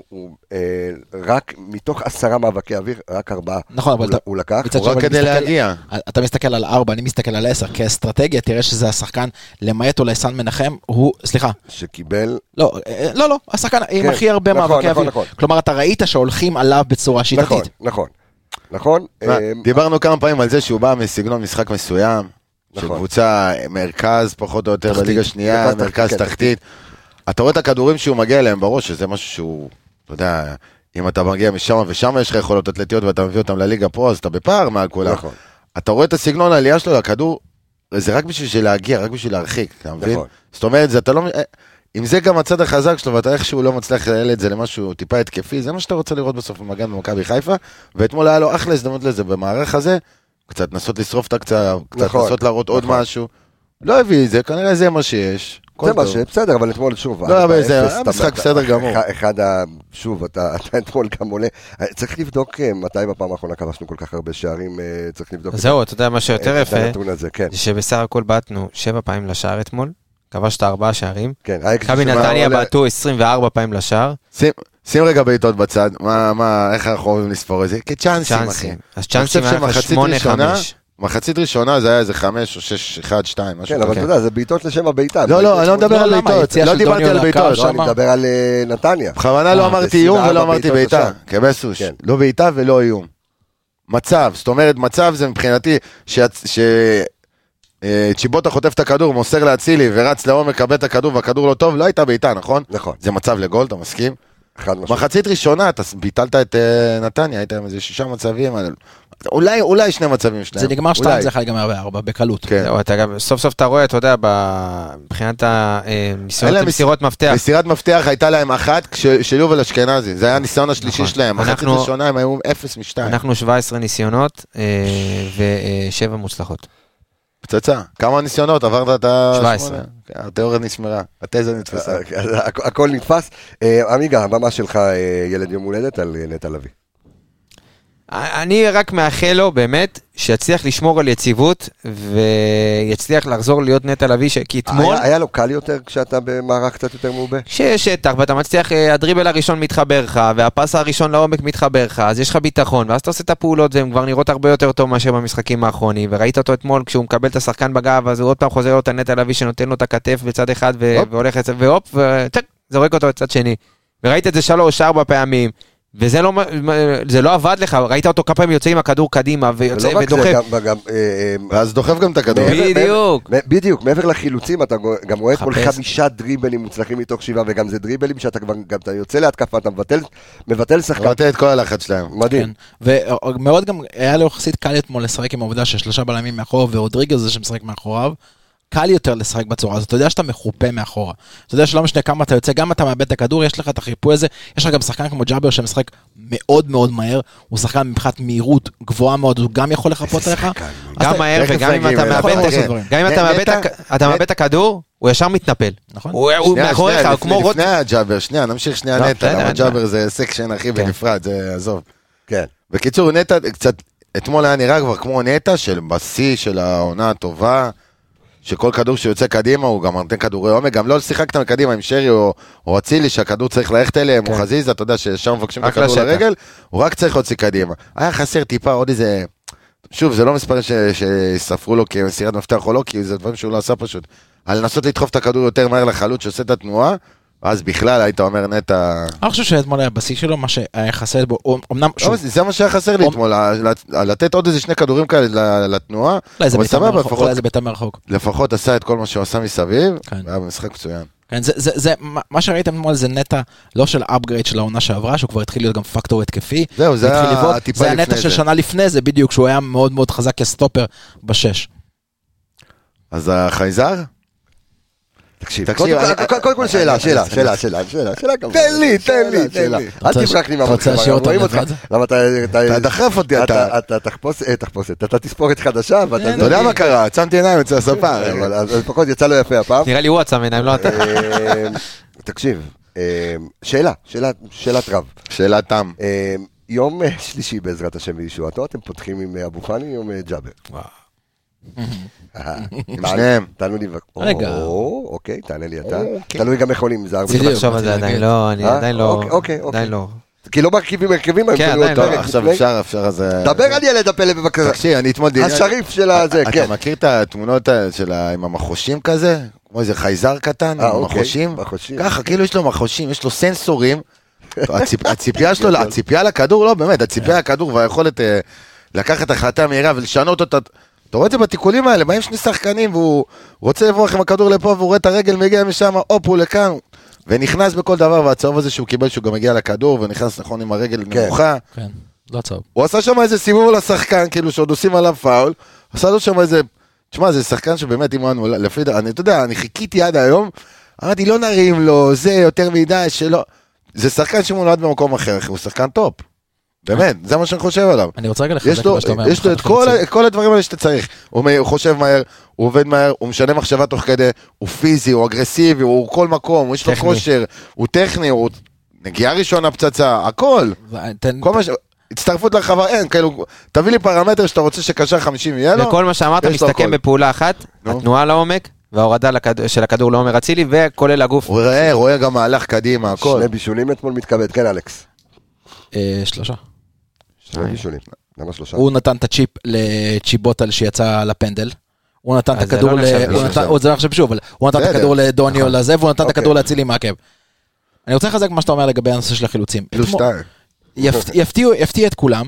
רק מתוך 10 מאבקי אוויר, רק 4 הוא לקח. הוא רק כדי להגיע. אתה מסתכל על 4, אני מסתכל על 10, כאסטרטגיה, תראה שזה השחקן, למעט אולי סן מנחם, הוא, סליחה. שקיבל... לא, השחקן עם הכי הרבה מאבקי אוויר. כלומר, אתה ראית שהולכים עליו בצורה שיטתית. נכון. דיברנו כמה פעמים על זה שהוא בא מסגנון משחק מסוים, של קבוצה מרכז פחות או יותר בליגה שנייה, מרכז תחתית. אתה רואה את הכדורים שהוא מגיע אליהם בראש, שזה משהו שהוא, אתה יודע, אם אתה מגיע משם ושם יש לך יכולות אתלטיות ואתה מביא אותם לליגה פה, אז אתה בפער מעל כולם. אתה רואה את הסגנון העלייה שלו לכדור, זה רק בשביל להגיע, רק בשביל להרחיק, אתה מבין? זאת אומרת, אתה לא... אם זה גם הצד החזק שלו, ואתה איכשהו לא מצליח להעלה את זה למשהו טיפה התקפי, זה מה שאתה רוצה לראות בסוף במגן במכבי חיפה, ואתמול היה לו אחלה הזדמנות לזה במערך הזה, קצת נסות לשרוף את הקצה, קצת נסות להראות עוד משהו, לא הביא את זה, כנראה זה מה שיש. זה מה בסדר, אבל אתמול שוב, זה המשחק בסדר גמור. שוב, אתה אתמול גם עולה, צריך לבדוק מתי בפעם האחרונה כבשנו כל כך הרבה שערים, צריך לבדוק. זהו, אתה יודע מה שיותר יפה, זה שבסך הכל באתנו 7 פעמים לשער אתמול, כבשת 4 שערים. מכבי נתניה בעטו 24 פעמים לשער. שים רגע בעיטות בצד, איך אנחנו אוהבים לספור את זה? כצ'אנסים, אחי. אז צ'אנסים היה 8-5. מחצית ראשונה זה היה איזה 5 או 6, 1, 2, משהו. כן, אבל אתה יודע, זה בעיטות לשם הביתה. לא, אני לא מדבר על בעיטות. לא דיברתי על בעיטות. אני מדבר על נתניה. בכוונה לא אמרתי איום ולא אמרתי בעיטה. כבסוש. לא בעיטה ולא איום. מצב, זאת אומרת, מצב זה מבחינתי צ'יבוטה חוטף את הכדור, מוסר להצילי ורץ לעומק, מקבל את הכדור והכדור לא טוב, לא הייתה בעיטה, נכון? נכון. זה מצב לגול, אתה מסכים? מחצית ראשונה, אתה ביטלת את נתניה, היית עם איזה 6 מצבים, אולי 2 מצבים שלהם. זה נגמר 2, זה יכול להיגמר ב4, בקלות. סוף סוף אתה רואה, אתה יודע, מבחינת מסירות מפתח. מסירת מפתח הייתה להם 1 של יובל אשכנזי, זה היה הניסיון השלישי שלהם, מחצית ראשונה הם היו 0 מ-2. אנחנו 17 ניסיונות ו7 מוצלחות. פצצה, כמה ניסיונות, עברת את 17. התיאוריה נשמרה, התזה נתפסה. הכל נתפס. עמיגה, הבמה שלך ילד יום הולדת על נטע לביא. אני רק מאחל לו באמת שיצליח לשמור על יציבות ויצליח לחזור להיות נטע לביא, כי אתמול... היה לו קל יותר כשאתה במערך קצת יותר מעובה? שיש שטח ואתה מצליח, הדריבל הראשון מתחבר לך והפס הראשון לעומק מתחבר לך, אז יש לך ביטחון ואז אתה עושה את הפעולות והן כבר נראות הרבה יותר טוב מאשר במשחקים האחרונים, וראית אותו אתמול כשהוא מקבל את השחקן בגב, אז הוא עוד פעם חוזר לו את נטע לביא שנותן לו את הכתף בצד אחד והולך והופ, זורק אותו בצד שני, וראית את זה 3-4 פעמים. וזה לא עבד לך, ראית אותו כמה פעמים יוצא עם הכדור קדימה ויוצא ודוחף. ואז דוחף גם את הכדור. בדיוק. מעבר לחילוצים, אתה גם רואה כל 5 דריבלים מוצלחים מתוך 7, וגם זה דריבלים שאתה גם יוצא להתקפה, אתה מבטל שחקן. מבטל את כל הלחץ שלהם. מדהים. ומאוד גם היה לו יחסית קל אתמול לשחק עם העובדה ש3 בלמים מאחור, ורודריגז זה שמשחק מאחוריו. קל יותר לשחק בצורה הזאת, אתה יודע שאתה מחופה מאחורה, אתה יודע שלא משנה כמה אתה יוצא, גם אתה מאבד את הכדור, יש לך את החיפוי הזה, יש לך גם שחקן כמו ג'אבר שמשחק מאוד מאוד מהר, הוא שחקן מבחינת מהירות גבוהה מאוד, הוא גם יכול לחפות עליך. גם מהר וגם אם אתה מאבד את הכדור, הוא ישר מתנפל. הוא מאחוריך, הוא כמו רוט. לפני הג'אבר, נמשיך שנייה נטע, למה ג'אבר זה סקשן הכי בנפרד, זה עזוב. בקיצור, נטע קצת, אתמול היה נראה כבר כמו נטע של בשיא של העונה הטובה, שכל כדור שיוצא קדימה הוא גם נותן כדורי עומק, גם לא שיחקת מקדימה עם שרי או אצילי שהכדור צריך ללכת אליהם, או חזיזה, אתה יודע ששם מבקשים את הכדור לרגל, הוא רק צריך להוציא קדימה. היה חסר טיפה עוד איזה, שוב זה לא מספרים שספרו לו כמסירת מפתח או לא, כי זה דברים שהוא לא עשה פשוט, על לנסות לדחוף את הכדור יותר מהר לחלוץ שעושה את התנועה, אז בכלל היית אומר נטע... אני חושב שאתמול היה בשיא שלו, מה שהיה חסר בו, אמנם... זה מה שהיה חסר לי אתמול, לתת עוד איזה 2 כדורים כאלה לתנועה, אולי זה ביתה מרחוק. לפחות עשה את כל מה שהוא עשה מסביב, והיה במשחק מצוין. מה שראיתם אתמול זה נטע, לא של אפגרייד של העונה שעברה, שהוא כבר התחיל להיות גם פקטור התקפי. זהו, זה היה טיפה לפני זה. זה הנטע של שנה לפני זה, בדיוק, שהוא היה מאוד מאוד חזק כסטופר ב6. אז החייזר? תקשיב, קודם כל שאלה כמובן. תן לי. אל תברח לי רוצה להשאיר אותם לבד? למה אתה דחף אותי, אתה תחפושת, אתה תספורת חדשה, אתה יודע מה קרה, עצמתי עיניים אצל הספר. אבל לפחות יצא לו יפה הפעם. נראה לי הוא עצם עיניים, לא אתה. תקשיב, שאלת רב. שאלת תם. יום שלישי בעזרת השם וישועתו, אתם פותחים עם אבו פאני או עם ג'אבר? עם שניהם. תענו לי, רגע. אוקיי, תענה לי אתה. תלוי גם איך עולים, זה הרבה. צריך לחשוב על זה עדיין לא, אני עדיין לא. אוקיי. לא. כי לא מרכיבים, כן, עדיין לא. עכשיו אפשר אז... דבר על ילד הפלא בבקשה. תקשיב, אני אתמול... השריף של הזה, כן. אתה מכיר את התמונות עם המחושים כזה? כמו איזה חייזר קטן, עם מחושים? ככה, כאילו יש לו מחושים, יש לו סנסורים. הציפייה שלו, הציפייה לכדור, לא באמת, הציפייה לכדור והיכולת לקחת החלטה מהירה ולשנות אותה. אתה רואה את זה בתיקולים האלה, באים שני שחקנים והוא רוצה לברוח עם הכדור לפה והוא רואה את הרגל מגיע משם, אופ, הוא לכאן, ונכנס בכל דבר, והצהוב הזה שהוא קיבל שהוא גם מגיע לכדור, ונכנס נכון עם הרגל נמוכה. כן, לא צהוב. הוא עשה שם איזה סיבוב לשחקן, כאילו שעוד עושים עליו פאול, עשה לו שם איזה, תשמע, זה שחקן שבאמת אימנו, לפי, אתה יודע, אני חיכיתי עד היום, אמרתי, לא נרים לו, זה יותר מדי שלא, זה שחקן שמולד במקום אחר, הוא שחקן טופ. באמת, זה מה שאני חושב עליו. אני רוצה רגע לחזק מה שאתה אומר. יש לו את כל הדברים האלה שאתה צריך. הוא חושב מהר, הוא עובד מהר, הוא משנה מחשבה תוך כדי, הוא פיזי, הוא אגרסיבי, הוא כל מקום, יש לו כושר, הוא טכני, הוא נגיעה ראשונה פצצה, הכל. כל מה ש... הצטרפות לרחבה, אין, כאילו, תביא לי פרמטר שאתה רוצה שקשר 50 יהיה לו. וכל מה שאמרת מסתכם בפעולה אחת, התנועה לעומק, וההורדה של הכדור לעומר אצילי, וכולל הגוף. הוא רואה גם מהלך קדימה, הכל. שני בישולים אתמול מתכבד, כן אלכס? 3. שני בישולים, למה 3? הוא נתן את הצ'יפ לצ'יבוטל שיצא לפנדל. הוא נתן את הכדור זה לא חשב שוב, אבל הוא נתן את הכדור לדוניו לזה, והוא נתן את הכדור להצילי מהעקב. אני רוצה לחזק מה שאתה אומר לגבי הנושא של החילוצים. יפתיע את כולם.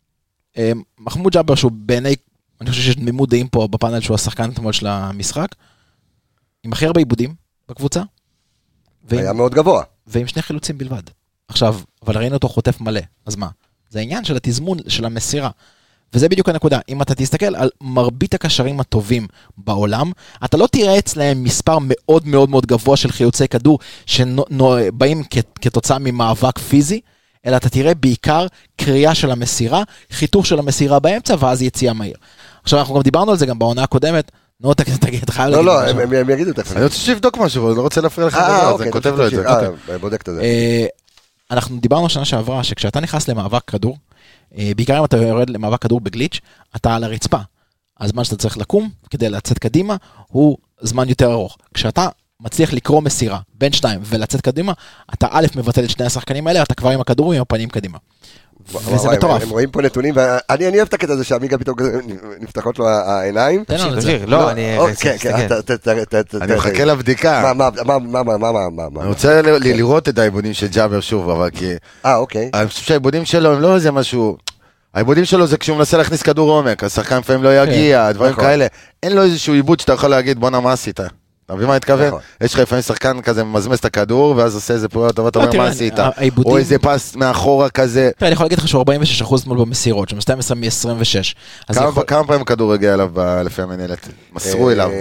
מחמוד ג'אבר שהוא בעיני, אני חושב שיש תמימות דעים פה בפאנל שהוא השחקן אתמול של המשחק, עם הכי הרבה עיבודים בקבוצה. היה מאוד גבוה. ועם 2 חילוצים בלבד. עכשיו, אבל ראינו אותו חוטף מלא, אז מה? זה העניין של התזמון, של המסירה. וזה בדיוק הנקודה. אם אתה תסתכל על מרבית הקשרים הטובים בעולם, אתה לא תראה אצלהם מספר מאוד מאוד מאוד גבוה של חילוצי כדור, שבאים כתוצאה ממאבק פיזי, אלא אתה תראה בעיקר קריאה של המסירה, חיתוך של המסירה באמצע, ואז יציאה מהיר. עכשיו, אנחנו גם דיברנו על זה גם בעונה הקודמת, נו, תגיד, חייב להגיד. לא, הם יגידו תכף. אני רוצה שיבדוק משהו, אבל אני לא רוצה להפריע לך בדבר, אז אני כותב לו את זה. בודק את זה. אנחנו דיברנו שנה שעברה, שכשאתה נכנס למאבק כדור, בעיקר אם אתה יורד למאבק כדור בגליץ', אתה על הרצפה. הזמן שאתה צריך לקום, כדי לצאת קדימה, הוא זמן יותר ארוך. כשאתה מצליח לקרוא מסירה בין 2 ולצאת קדימה, אתה א' מבטל את 2 השחקנים האלה, אתה כבר עם הכדור עם הפנים קדימה. וזה מטורף. הם רואים פה נתונים, ואני אוהב את הקטע הזה שעמיגה פתאום נפתחות לו העיניים. לא, אני מחכה לבדיקה. מה? אני רוצה לראות את העיבודים של ג'אבר שוב, אבל כי... אוקיי. אני חושב שהעיבודים שלו הם לא איזה משהו... העיבודים שלו זה כשהוא מנסה להכניס כדור עומק, השחקן לפעמים לא יגיע, דברים כאלה. אין לו איזשהו עיבוד שאתה יכול להגיד, בוא מה עשית. אתה מבין מה התכוון? יש לך לפעמים שחקן כזה ממזמז את הכדור, ואז עושה איזה פעולה טובה, אתה אומר מה עשית? או איזה פס מאחורה כזה. אני יכול להגיד לך שהוא 46% מול במסירות, שהוא 12 מ-26. כמה פעמים כדור הגיע אליו לפי המנהלת? מסרו אליו.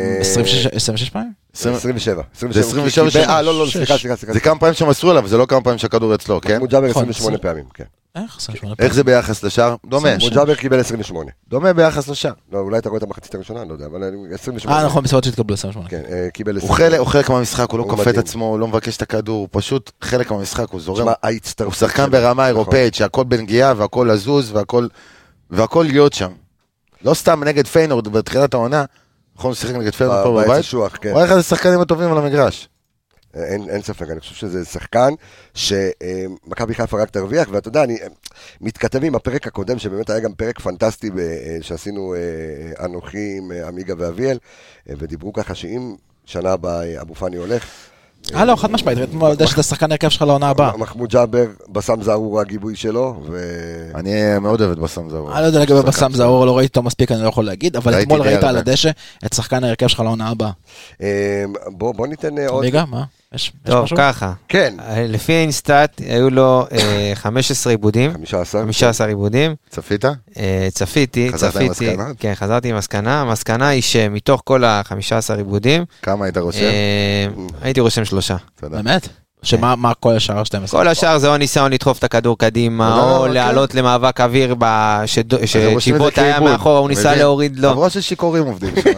26 פעמים? 27. לא, סליחה. זה כמה פעמים שמסרו אליו, זה לא כמה פעמים שהכדור אצלו, כן? מוג'אבר 28 פעמים, כן. איך זה ביחס לשאר? דומה. מוג'אבר קיבל 28. דומה ביחס לשאר. לא, אולי אתה רואה את המחצית הראשונה, לא יודע, אבל 28. נכון, מסירות שהתקבלו 28. כן, קיבל 28. הוא חלק מהמשחק, הוא לא כופה את עצמו, הוא לא מבקש את הכדור, הוא פשוט חלק מהמשחק, הוא זורם. הוא שחקן ברמה אירופאית, שהכל בנגיעה והכל לזוז והכל להיות שם. לא סתם נגד פיינורד בתחילת העונה, אנחנו נשחק נגד פיינורד פה בבית. הוא היה אחד השחקנים הטובים על המגרש. אין ספק, אני חושב שזה שחקן שמכבי חיפה רק תרוויח, ואתה יודע, אני מתכתב עם הפרק הקודם, שבאמת היה גם פרק פנטסטי שעשינו אנוכי עם עמיגה ואביאל, ודיברו ככה שאם שנה הבאה אבו פאני הולך. לא, חד משמעית, אתה יודע שאתה שחקן הרכב שלך לעונה הבאה. מחמוד ג'אבר, בסם זערור הגיבוי שלו. אני מאוד אוהב את בסם זערור. אני לא יודע לגבי בסם זערור, לא ראיתי אותו מספיק, אני לא יכול להגיד, אבל אתמול ראית על הדשא את שחקן הרכב שלך לעונה הבאה. בוא ניתן עוד... עמיגה, מה? יש טוב, משהו? ככה. כן. לפי האינסטאט, היו לו 15 עיבודים. 15 עיבודים. צפית? צפיתי. חזרת עם מסקנה? כן, חזרתי עם מסקנה. המסקנה היא שמתוך כל ה-15 עיבודים, כמה היית רושם? הייתי רושם 3. תודה. באמת? מה כל השאר 12? כל השאר זה או ניסיון לדחוף את הכדור קדימה, או לעלות למאבק אוויר, שצ'יבוט היה מאחור, הוא ניסה להוריד לו. חברה של שיכורים עובדים שם.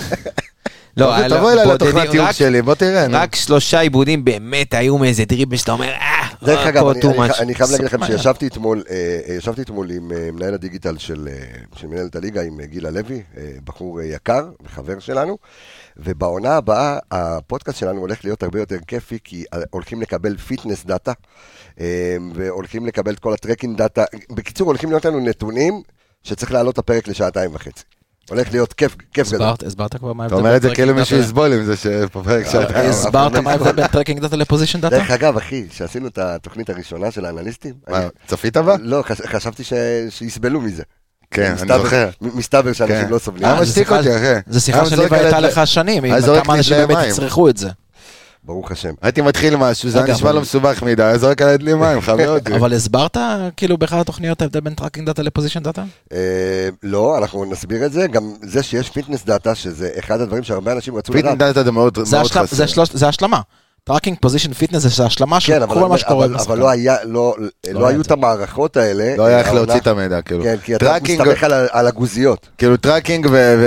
לא, תבוא אליי לתוכנת טיוב שלי, בוא תראה. רק 3 עיבודים באמת היו מאיזה דריבל שאתה אומר, דרך אגב, פה too much. אני חייב להגיד לכם שישבתי אתמול עם מנהל הדיגיטל של מנהלת הליגה, עם גילה לוי, בחור יקר וחבר שלנו, ובעונה הבאה הפודקאסט שלנו הולך להיות הרבה יותר כיפי, כי הולכים לקבל פיטנס דאטה, והולכים לקבל את כל הטרקינג דאטה, בקיצור הולכים להיות לנו נתונים שצריך לעלות את הפרק לשעתיים וחצי. הולך להיות כיף גדול. הסברת כבר מה אתה ההבדל אומר את זה כאילו מישהו יסבול עם זה שפרק שאתה... הסברת מה ההבדל בין טרקינג דאטה לפוזישן דאטה? דרך אגב, אחי, שעשינו את התוכנית הראשונה של האנליסטים, צפית בה? לא, חשבתי שיסבלו מזה. כן, אני זוכר. מסתבר שאנשים לא סובלים. משתיק אותי, אחי. זו שיחה שלי והייתה לך שנים, עם כמה אנשים באמת יצרכו את זה. ברוך השם. הייתי מתחיל משהו, זה נשמע לא מסובך מדי, אז רק עלת לי מים, חבר אותי. אבל הסברת כאילו באחד התוכניות ההבדל בין טרקינג דאטה לפוזישן דאטה? לא, אנחנו נסביר את זה, גם זה שיש פיטנס דאטה, שזה אחד הדברים שהרבה אנשים רצו לדעת. פיטנס דאטה זה מאוד חסר. זה השלמה. טרקינג פוזישן פיטנס זה השלמה של כל מה שקורה בשחקן. אבל לא היו את המערכות האלה. לא היה איך להוציא את המידע, כאילו. כן, כי אתה מסתמך על הגוזיות. כאילו טרקינג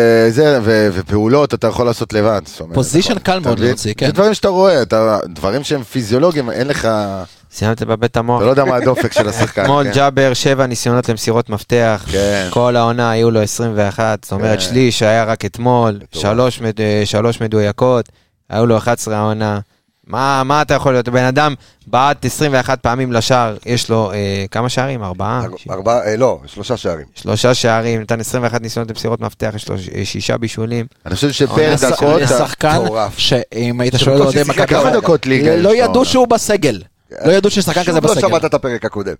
ופעולות אתה יכול לעשות לבד. פוזישן קל מאוד להוציא, כן. זה דברים שאתה רואה, דברים שהם פיזיולוגיים, אין לך... סיימת בבית המוח. אתה לא יודע מה הדופק של השחקן. אתמול ג'אבר 7 ניסיונות למסירות מפתח, כל העונה היו לו 21, זאת אומרת שליש היה רק אתמול, 3 מדויקות, היו לו 11 העונה. מה אתה יכול להיות? בן אדם בעט 21 פעמים לשער, יש לו כמה שערים? 4? לא, 3 שערים. 3 שערים, נתן 21 ניסיונות למסירות מפתח, יש לו 6 בישולים. אני חושב שפר דקות... שחקן שאם היית שואל אוהדי מכבי כמה דקות ליגה? לא ידעו שהוא בסגל. לא ידעו ששחקן כזה בסגל. שוב לא שמעת את הפרק הקודם.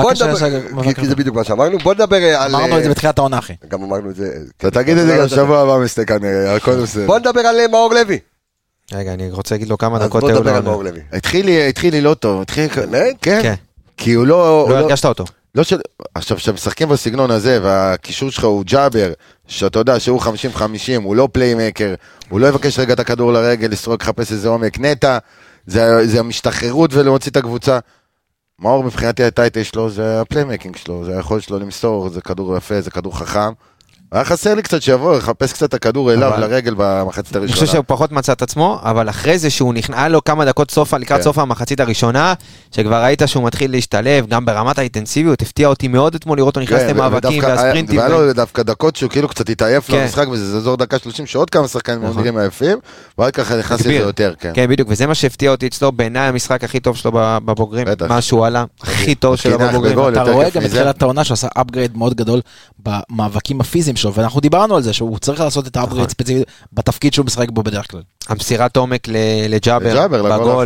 כי זה בדיוק מה שאמרנו. בוא נדבר על... אמרנו את זה בתחילת העונה, אחי. גם אמרנו את זה... אתה תגיד את זה גם שבוע הבא מסתכל כנראה, הכל בסדר. בוא נדבר על מאור לוי. רגע, אני רוצה להגיד לו כמה דקות... אז בוא נדבר על מאור לוי. התחיל לי לא טוב. באמת? כן. כי הוא לא... לא הרגשת אותו. עכשיו, כשמשחקים בסגנון הזה, והקישור שלך הוא ג'אבר, שאתה יודע שהוא 50-50, הוא לא פליימקר, הוא לא יבקש רגע את הכדור לרגל, לסרוק, לחפש איזה עומק, נטע, זה המשתחררות ולהוציא את הקבוצה. מאור מבחינתי הטייטל שלו, זה הפליימקינג שלו, זה היכולת שלו למסור, זה כדור יפה, זה כדור חכם. היה חסר לי קצת שיבוא, לחפש קצת את הכדור אליו לרגל במחצית הראשונה. אני חושב שהוא פחות מצא את עצמו, אבל אחרי זה שהוא נכנע לו כמה דקות סופה, לקראת סוף המחצית הראשונה, שכבר ראית שהוא מתחיל להשתלב, גם ברמת האינטנסיביות, הפתיע אותי מאוד אתמול לראות אותו נכנס למאבקים והספרינטים. והיה לו דווקא דקות שהוא כאילו קצת התעייף למשחק, וזה זור דקה 30 שעוד כמה שחקנים מאוד נראים היפים, ורק ככה נכנס לזה יותר. כן, בדיוק, וזה מה שהפתיע אותי אצלו, בעיניי המשחק הכי טוב שלו בבוגרים, מה שהוא עלה, הכי טוב שלו בבוגרים. אתה רואה גם בתחילת העונה שעשה upgrade מאוד גדול במאבקים הפיזיים שלו, ואנחנו דיברנו על זה שהוא צריך לעשות את האפגרייד ספציפית בתפקיד שהוא משחק בו בדרך כלל. המסירת עומק לג'אבר בגול.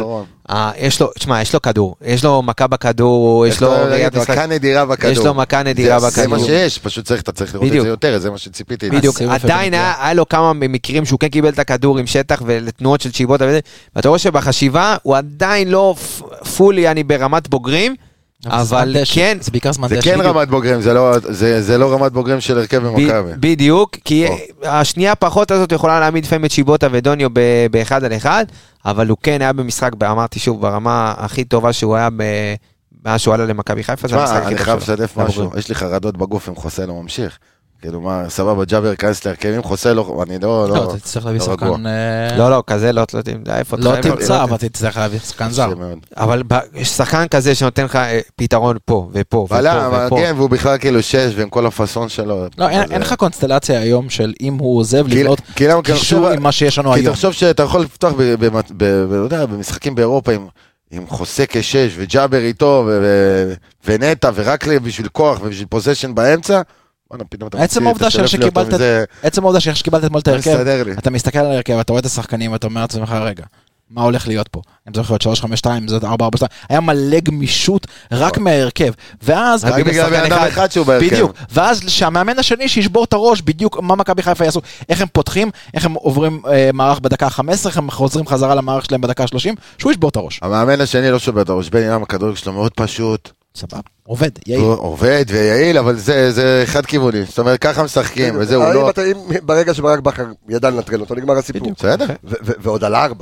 יש לו כדור, יש לו מכה בכדור, יש לו מכה נדירה בכדור. יש לו מכה נדירה בכדור. זה מה שיש, פשוט אתה צריך לראות את זה יותר, זה מה שציפיתי. בדיוק, עדיין היה לו כמה מקרים שהוא כן קיבל את הכדור עם שטח ולתנועות של צ'יבוטה, ואתה רואה שבחשיבה הוא עדיין לא פולי, אני ברמת בוגרים, אבל כן, זה כן רמת בוגרים, זה לא רמת בוגרים של הרכב במכבי. בדיוק, כי השנייה פחות הזאת יכולה להעמיד לפעמים את שיבוטה ודוניו באחד על אחד, אבל הוא כן היה במשחק, אמרתי שוב, ברמה הכי טובה שהוא היה מאז שהוא עלה למכבי חיפה. אני חייב לשתף משהו, יש לי חרדות בגוף אם חוסה לא ממשיך. כאילו מה, סבבה, ג'אבר כנס להרכבים, חוסה לא, אני לא אתה תצטרך להביא שחקן... לא, כזה לא איפה לא תמצא, אבל תצטרך להביא שחקן זר. אבל יש שחקן כזה שנותן לך פתרון פה ופה ופה. כן, והוא בכלל כאילו 6 ועם כל הפסון שלו. לא, אין לך קונסטלציה היום של אם הוא עוזב לבנות קישור עם מה שיש לנו היום. כי תחשוב שאתה יכול לפתוח במשחקים באירופה עם חוסה כשש וג'אבר איתו ונטע ורק בשביל כוח ובשביל פוזיישן באמצע, עצם העובדה שקיבלת אתמול את ההרכב, אתה מסתכל על ההרכב, אתה רואה את השחקנים ואתה אומר לעצמך, רגע, מה הולך להיות פה. אם זה יכול להיות 3-5-2, זה 4-4-2, היה מלא גמישות רק מהרכב, ואז... רק בגלל בן אדם אחד שהוא בהרכב. בדיוק, ואז שהמאמן השני שישבור את הראש, בדיוק מה מכבי חיפה יעשו, איך הם פותחים, איך הם עוברים מערך בדקה 15, איך הם חוזרים חזרה למערך שלהם בדקה 30, שהוא ישבור את הראש. המאמן השני לא שובר את הראש, בין ים הכדורגל שלו מאוד פשוט. סבב, עובד, יעיל. עובד ויעיל, אבל זה חד כיווני. זאת אומרת, ככה משחקים, וזהו, לא... ברגע שברק בכר ידע לנטרל אותו, נגמר הסיפור. בסדר. ועוד על 4.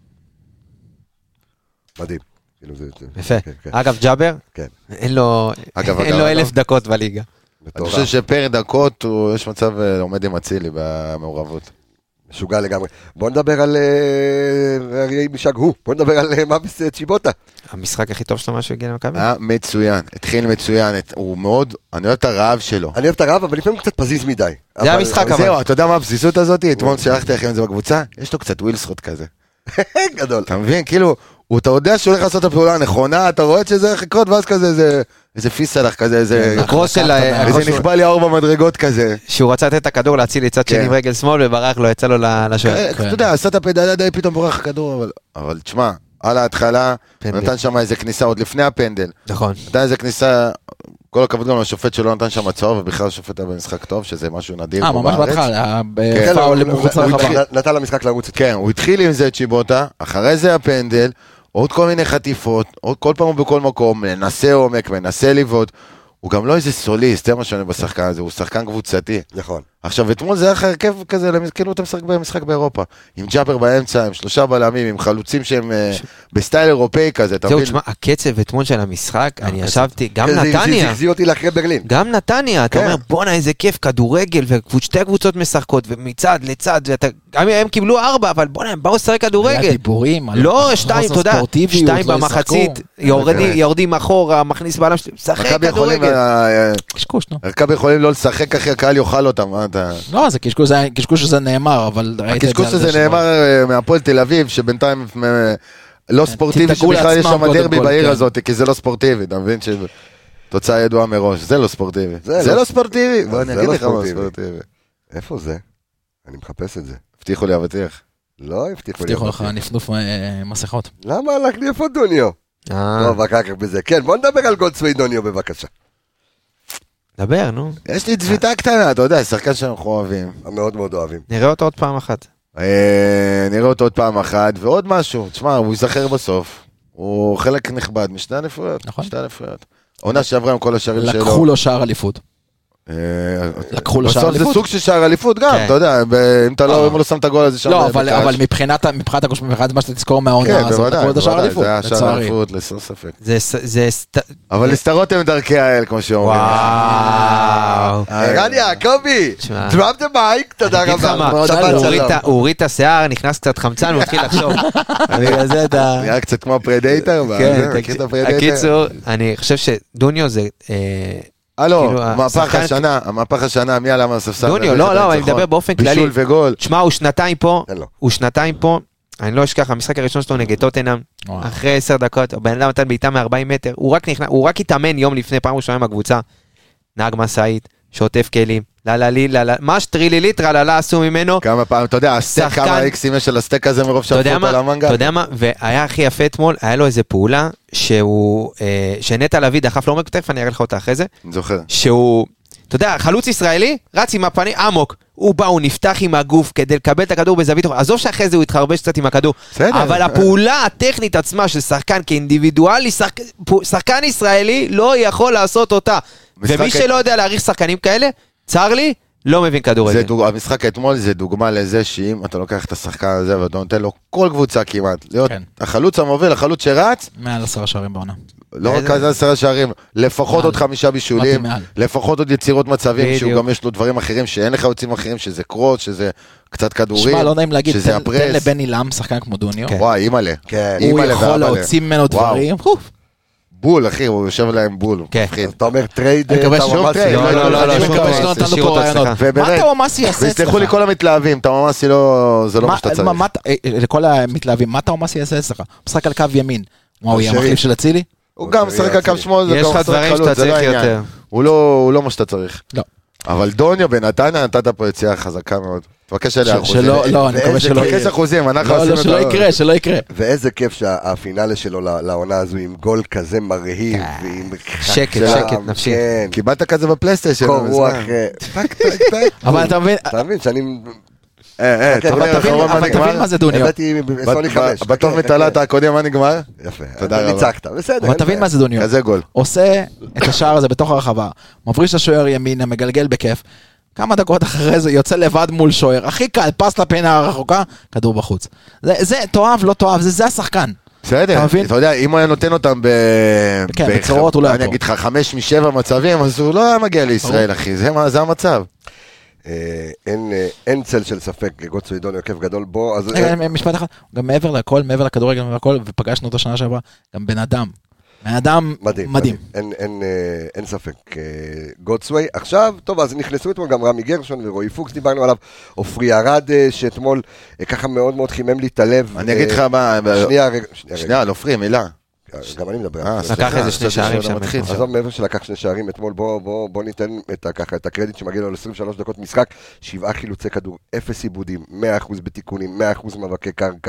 מדהים. יפה. אגב, ג'אבר, אין לו 1,000 דקות בליגה. אני חושב שפר דקות יש מצב עומד עם אצילי במעורבות. משוגע לגמרי. בוא נדבר על אריה משגעו. בוא נדבר על מאביס צ'יבוטה. המשחק הכי טוב שלו מה שהגיע למכבי? היה מצוין, התחיל מצוין, הוא מאוד, אני אוהב את הרעב שלו. אני אוהב את הרעב, אבל לפעמים הוא קצת פזיז מדי. זה המשחק אבל. זהו, אתה יודע מה הבסיסות הזאת? אתמול שלחתי לכם את זה בקבוצה, יש לו קצת ווילסרוט כזה. גדול. אתה מבין? כאילו, אתה יודע שהוא הולך לעשות את הפעולה הנכונה, אתה רואה שזה הולך לקרות, ואז כזה איזה פיסלח כזה, איזה נכבה לי האור במדרגות כזה. שהוא רצה לתת את הכדור להציל לצד שני עם רגל שמאל, וברח לו, יצא לו לשוער. אתה יודע, עשה את הפדלה די פתאום בורח הכדור, אבל תשמע, על ההתחלה, נתן שם איזה כניסה עוד לפני הפנדל. נכון. נתן איזה כניסה, כל הכבוד גם לשופט שלא נתן שם צהוב, ובכלל השופט היה במשחק טוב, שזה משהו נדיר פה בארץ. ממש בהתחלה, בפאול למחוץ לרחבה. נתן למשחק לרוץ. כן, הוא התחיל עם זה צ'יבוטה, אחרי זה הפנדל, עוד כל מיני חטיפות, עוד כל פעם הוא בכל מקום, מנסה עומק, מנסה לבעוט, הוא גם לא איזה סוליסט, זה מה שאני בשחקן הזה, הוא שחקן קבוצתי. נכון. עכשיו, אתמול זה היה הרכב כזה, כאילו אתה משחק במשחק באירופה, עם ג'אבר באמצע, עם 3 בלמים, עם חלוצים שהם בסטייל אירופאי כזה, זהו, תשמע, הקצב אתמול של המשחק, אני ישבתי, גם נתניה, זה אותי לאחרי ברלין. גם נתניה, אתה אומר, בונה איזה כיף, כדורגל, ושתי קבוצות משחקות, ומצד לצד, גם הם קיבלו 4, אבל בונה, הם באו לשחק כדורגל. היה דיבורים, לא, 2, אתה יודע, 2 במחצית, יורדים אחורה, מכניס בעלם, שחק כדורגל. מכבי יכולים לא לשחק אחרי הקהל יאכל אותם. לא, זה קשקוש שזה נאמר, אבל... הקשקוש שזה נאמר מהפועל תל אביב, שבינתיים לא ספורטיבי, שבכלל יש שם דרבי בעיר הזאת, כי זה לא ספורטיבי, אתה מבין שתוצאה ידועה מראש, זה לא ספורטיבי. זה לא ספורטיבי, בוא אני אגיד לך מה ספורטיבי. איפה זה? אני מחפש את זה. הבטיחו לי אבטיח. לא הבטיחו לי. הבטיחו לך נפנוף מסכות. למה הלך לי איפה דוניו? טוב, אחר כך בזה. כן, בוא נדבר על גולדסווי דוניו בבקשה. דבר, נו. יש לי צביטה קטנה, אתה יודע, שחקן שאנחנו אוהבים. מאוד מאוד אוהבים. נראה אותו עוד פעם אחת. נראה אותו עוד פעם אחת, ועוד משהו. תשמע, הוא יזכר בסוף. הוא חלק נכבד משתי אליפויות. נכון. שתי אליפויות. עונה שעברה עם כל השערים שלו. לקחו לו שער אליפות. לקחו לו שער אליפות. בסוף זה סוג של שער אליפות גם, אתה יודע, אם אתה לא שם את הגול הזה שם. לא, אבל מבחינת מה שאתה תזכור מהעונה הזאת, לקחו לו שער אליפות. זה היה שער אליפות, לסור ספק. זה... אבל לסתרות הם דרכי האל, כמו שאומרים. וואו. ערן יעקבי, drop the mic, תודה רבה. הוא הוריד את השיער, נכנס קצת חמצן, הוא התחיל לחשוב. נראה קצת כמו פרדייטר. הקיצור, אני חושב שדוניו זה... הלו, המהפך השנה, מי עלה מהספסל? דוניו, לא, אני מדבר באופן כללי. בישול וגול. תשמע, הוא שנתיים פה, אני לא אשכח, המשחק הראשון שלו נגד טוטנהאם, אחרי 10 דקות, הבן אדם נתן בעיטה מ-40 מטר, הוא רק התאמן יום לפני, פעם ראשונה עם הקבוצה, נהג מסעית, שוטף כלים, מה שטרילילית רללה עשו ממנו. כמה פעם, אתה יודע, כמה איקסים יש של הסטק הזה מרוב שפות על המנגל. אתה יודע מה, והיה הכי יפה אתמול, היה לו איזה פעולה, שנטע לביא דחף לעומק, תכף אני אראה לך אותה אחרי זה. אני זוכר. שהוא, אתה יודע, חלוץ ישראלי, רץ עם הפנים עמוק, הוא בא, הוא נפתח עם הגוף כדי לקבל את הכדור בזווית, עזוב שאחרי זה הוא התחרבש קצת עם הכדור, אבל הפעולה הטכנית עצמה של שחקן כאינדיבידואלי, שחקן ישראלי לא יכול לעשות אותה, ומי שלא יודע להעריך שחקנים כאלה, צר לי, לא מבין כדורגל. המשחק אתמול זה דוגמה לזה שאם אתה לוקח את השחקן הזה ואתה נותן לו כל קבוצה כמעט, להיות החלוץ המוביל, החלוץ שרץ, מעל 10 שערים בעונה. לא רק 10 שערים, לפחות עוד 5 בישולים, לפחות עוד יצירות מצבים, שהוא גם יש לו דברים אחרים שאין לך יוצאים אחרים, שזה קרוס, שזה קצת כדורים, שמע, לא נעים להגיד, תן לבן אילם, שחקן כמו דוניו. וואי, אימא'לה. הוא יכול להוציא ממנו דברים. בול, אחי, הוא יושב להם בול. אתה אומר טרייד, מה תאומאסי יעשה אצלך? וסלחו לי כל המתלהבים, תאומאסי זה לא מה שאתה צריך. לכל המתלהבים, מה תאומאסי יעשה אצלך? משחק על קו ימין. מה, הוא יהיה המחליף של אצילי? הוא גם משחק על קו שמאל, יש לך דברים שאתה צריך יותר. הוא לא מה שאתה צריך. לא. אבל דוניו בנתניה נתת פה יציאה חזקה מאוד. תבקש עליה אחוזים. לא, אני מקווה שלא תבקש אחוזים, אנחנו עושים את שלא יקרה, שלא יקרה. ואיזה כיף שהפינאלה שלו לעונה הזו עם גול כזה מרהיב, ועם שקט נפשי. קיבלת כזה בפלייסטיישן. קור רוח, טק טק טק. אבל אתה מבין שאני... אבל תבין מה זה דוניו. הבאתי בסוני 5. בטוב מתעלת הקודם, מה נגמר? יפה, תודה רבה. ניצחת, בסדר. אבל תבין מה זה דוניו. כזה גול. עושה את השער הזה בתוך הרחבה, מבריש לשוער ימינה, מגלגל בכיף, כמה דקות אחרי זה יוצא לבד מול שוער, הכי קל, פס לפינה הרחוקה, כדור בחוץ. זה תואב, לא תואב, זה השחקן. בסדר, אתה יודע, אם הוא היה נותן אותם בצורות, אולי אני אגיד לך 5 מ-7 מצבים, אז הוא לא היה מגיע לישראל, אחי, זה המצב. אין צל של ספק, גוטסוי דוניו כיף גדול בו. משפט אחד, גם מעבר לכל, מעבר לכדורגל, מעבר לכל, ופגשנו אותו שנה שעברה, גם בן אדם מדהים. אין ספק. גוטסווי. עכשיו, טוב, אז נכנסו אתמול גם רמי גרשון ורועי פוקס, דיברנו עליו, עופרי ארד, שאתמול ככה מאוד מאוד חימם לי את הלב. אני אגיד לך מה... שנייה, על עופרי, מילה. גם אני מדבר. לקח איזה 2 שערים שם. עזוב מעבר שלקח 2 שערים אתמול, בוא ניתן את הקרדיט שמגיע לו ל-23 דקות משחק, 7 חילוצי כדור, 0 עיבודים, 100% בתיקונים, 100% מאבקי קרקע,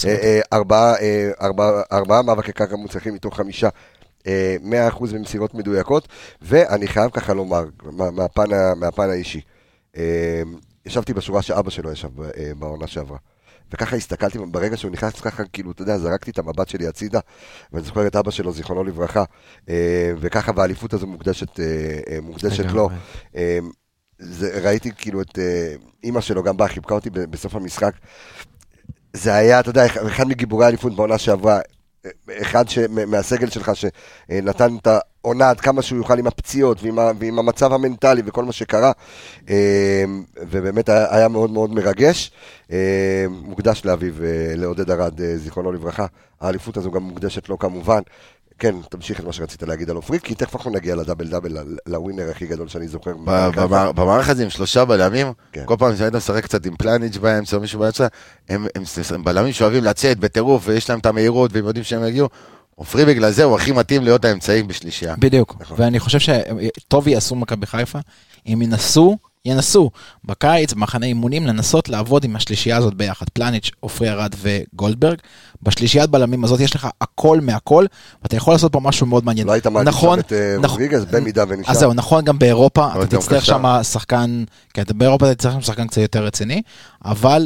4 מאבקי קרקע מוצלחים מתוך 5, 100% במסירות מדויקות, ואני חייב ככה לומר, מהפן האישי, ישבתי בשורה שאבא שלו ישב בעונה שעברה, וככה הסתכלתי, ברגע שהוא נכנס ככה, כאילו, אתה יודע, זרקתי את המבט שלי הצידה, ואני זוכר את אבא שלו, זיכרונו לברכה, וככה, והאליפות הזו מוקדשת לו. ראיתי כאילו את אמא שלו גם באה, חיבקה אותי בסוף המשחק. זה היה, אתה יודע, אחד מגיבורי האליפות בעונה שעברה, אחד מהסגל שלך שנתן את העונה עד כמה שהוא יוכל עם הפציעות ועם המצב המנטלי וכל מה שקרה, ובאמת היה מאוד מאוד מרגש. מוקדש לאביו, לעודד ארד, זיכרונו לברכה. האליפות הזו גם מוקדשת לו כמובן. כן, תמשיך את מה שרצית להגיד על עופרי, כי תכף אנחנו נגיע לדאבל דאבל, לווינר הכי גדול שאני זוכר. במערך הזה עם 3 בלמים, כל פעם שהיית משחק קצת עם פלניץ' באמצע או מישהו באמצע, הם בלמים שאוהבים לצאת בטירוף ויש להם את המהירות והם יודעים שהם יגיעו. עופרי בגלל זה הוא הכי מתאים להיות האמצעים בשלישייה. בדיוק, ואני חושב שטוב יעשו מכבי חיפה, אם ינסו בקיץ, במחנה אימונים, לנסות לעבוד עם השלישייה הזאת ביחד, פלניץ', עופרי ארד וגולדברג. בשלישיית בלמים הזאת יש לך הכל מהכל, ואתה יכול לעשות פה משהו מאוד מעניין. לא היית מעדיף את רודריגז במידה ונשאר. אז זהו, נכון, גם באירופה, אתה תצטרך שם שחקן, כן, באירופה אתה תצטרך שם שחקן קצת יותר רציני, אבל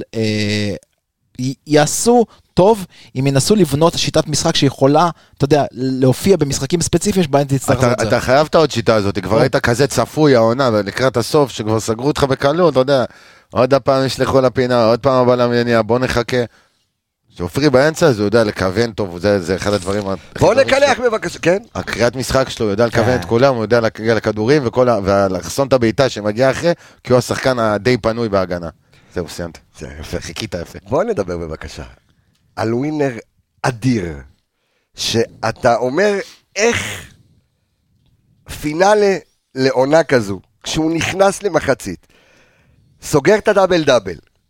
יעשו טוב אם ינסו לבנות שיטת משחק שיכולה, אתה יודע, להופיע במשחקים ספציפיים שבהם תצטרך את זה. אתה חייבת עוד שיטה הזאת, כבר היית כזה צפוי העונה, ולקראת הסוף שכבר סגרו אותך בקלות, אתה יודע, עוד הפעם ישלחו לפינה, עוד פעם הבא למניע, בוא נחכה. שעופרי באמצע, זה יודע לכוון טוב, זה אחד הדברים... בוא נקלח בבקשה, כן? הקריאת משחק שלו, הוא יודע לכוון את כולם, הוא יודע להגיע לכדורים, ולחסון את הבעיטה שמגיע אחרי, כי הוא השחקן הדי פנוי בהגנה. זהו, סיימת. זה יפה. חיכית יפה. בוא נדבר בבקשה על ווינר אדיר, שאתה אומר איך פינאלה לעונה כזו, כשהוא נכנס למחצית, סוגר את הדאבל דאבל,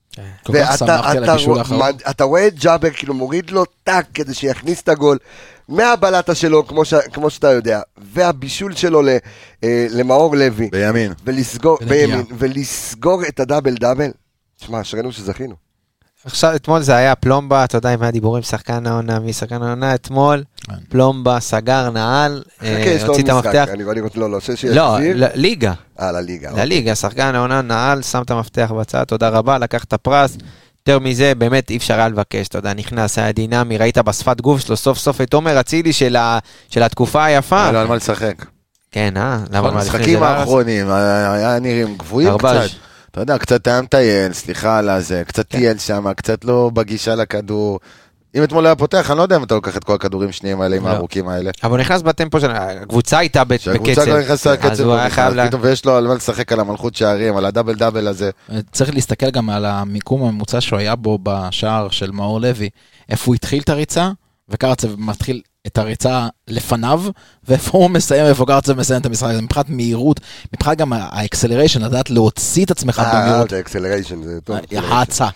ואתה רואה את ג'אבר כאילו מוריד לו טק כדי שיכניס את הגול מהבלטה שלו כמו שאתה יודע, והבישול שלו למאור לוי בימין ולסגור את הדאבל דאבל. תשמע, אשרנו שזכינו. עכשיו, אתמול זה היה פלומבה, אתה יודע, עם הדיבורים, שחקן העונה, מי שחקן העונה, אתמול, פלומבה, סגר, נעל, הוציא את המפתח. לא, ליגה. לליגה, שחקן העונה, נעל, שם את המפתח בצד, תודה רבה, לקח את הפרס. יותר מזה, באמת אי אפשר היה לבקש, אתה יודע, נכנס, היה דינמי, ראית בשפת גוף שלו, סוף סוף את עומר אצילי של התקופה היפה. לא, על מה לשחק. כן, המשחקים האחרונים, היה נראים גבוהים קצת. אתה יודע, קצת טעם טייל, סליחה על הזה, קצת טייל שם, קצת לא בגישה לכדור. אם אתמול היה פותח, אני לא יודע אם אתה לוקח את כל הכדורים שניים האלה עם הארוכים האלה. אבל הוא נכנס בטמפו של הקבוצה איתה בקצב. שהקבוצה כבר נכנסה לקצב, ויש לו על מה לשחק על המלכות שערים, על הדאבל דאבל הזה. צריך להסתכל גם על המיקום הממוצע שהוא היה בו בשער של מאור לוי, איפה הוא התחיל את הריצה, וקרצב מתחיל את הריצה לפניו, ואיפה הוא מסיים, ואיפה גרצב מסיים את המשחק, מבחינת מהירות, מבחינת גם האקסלריישן, לדעת להוציא את עצמך במהירות. האקסלריישן, זה טוב. ההצעה.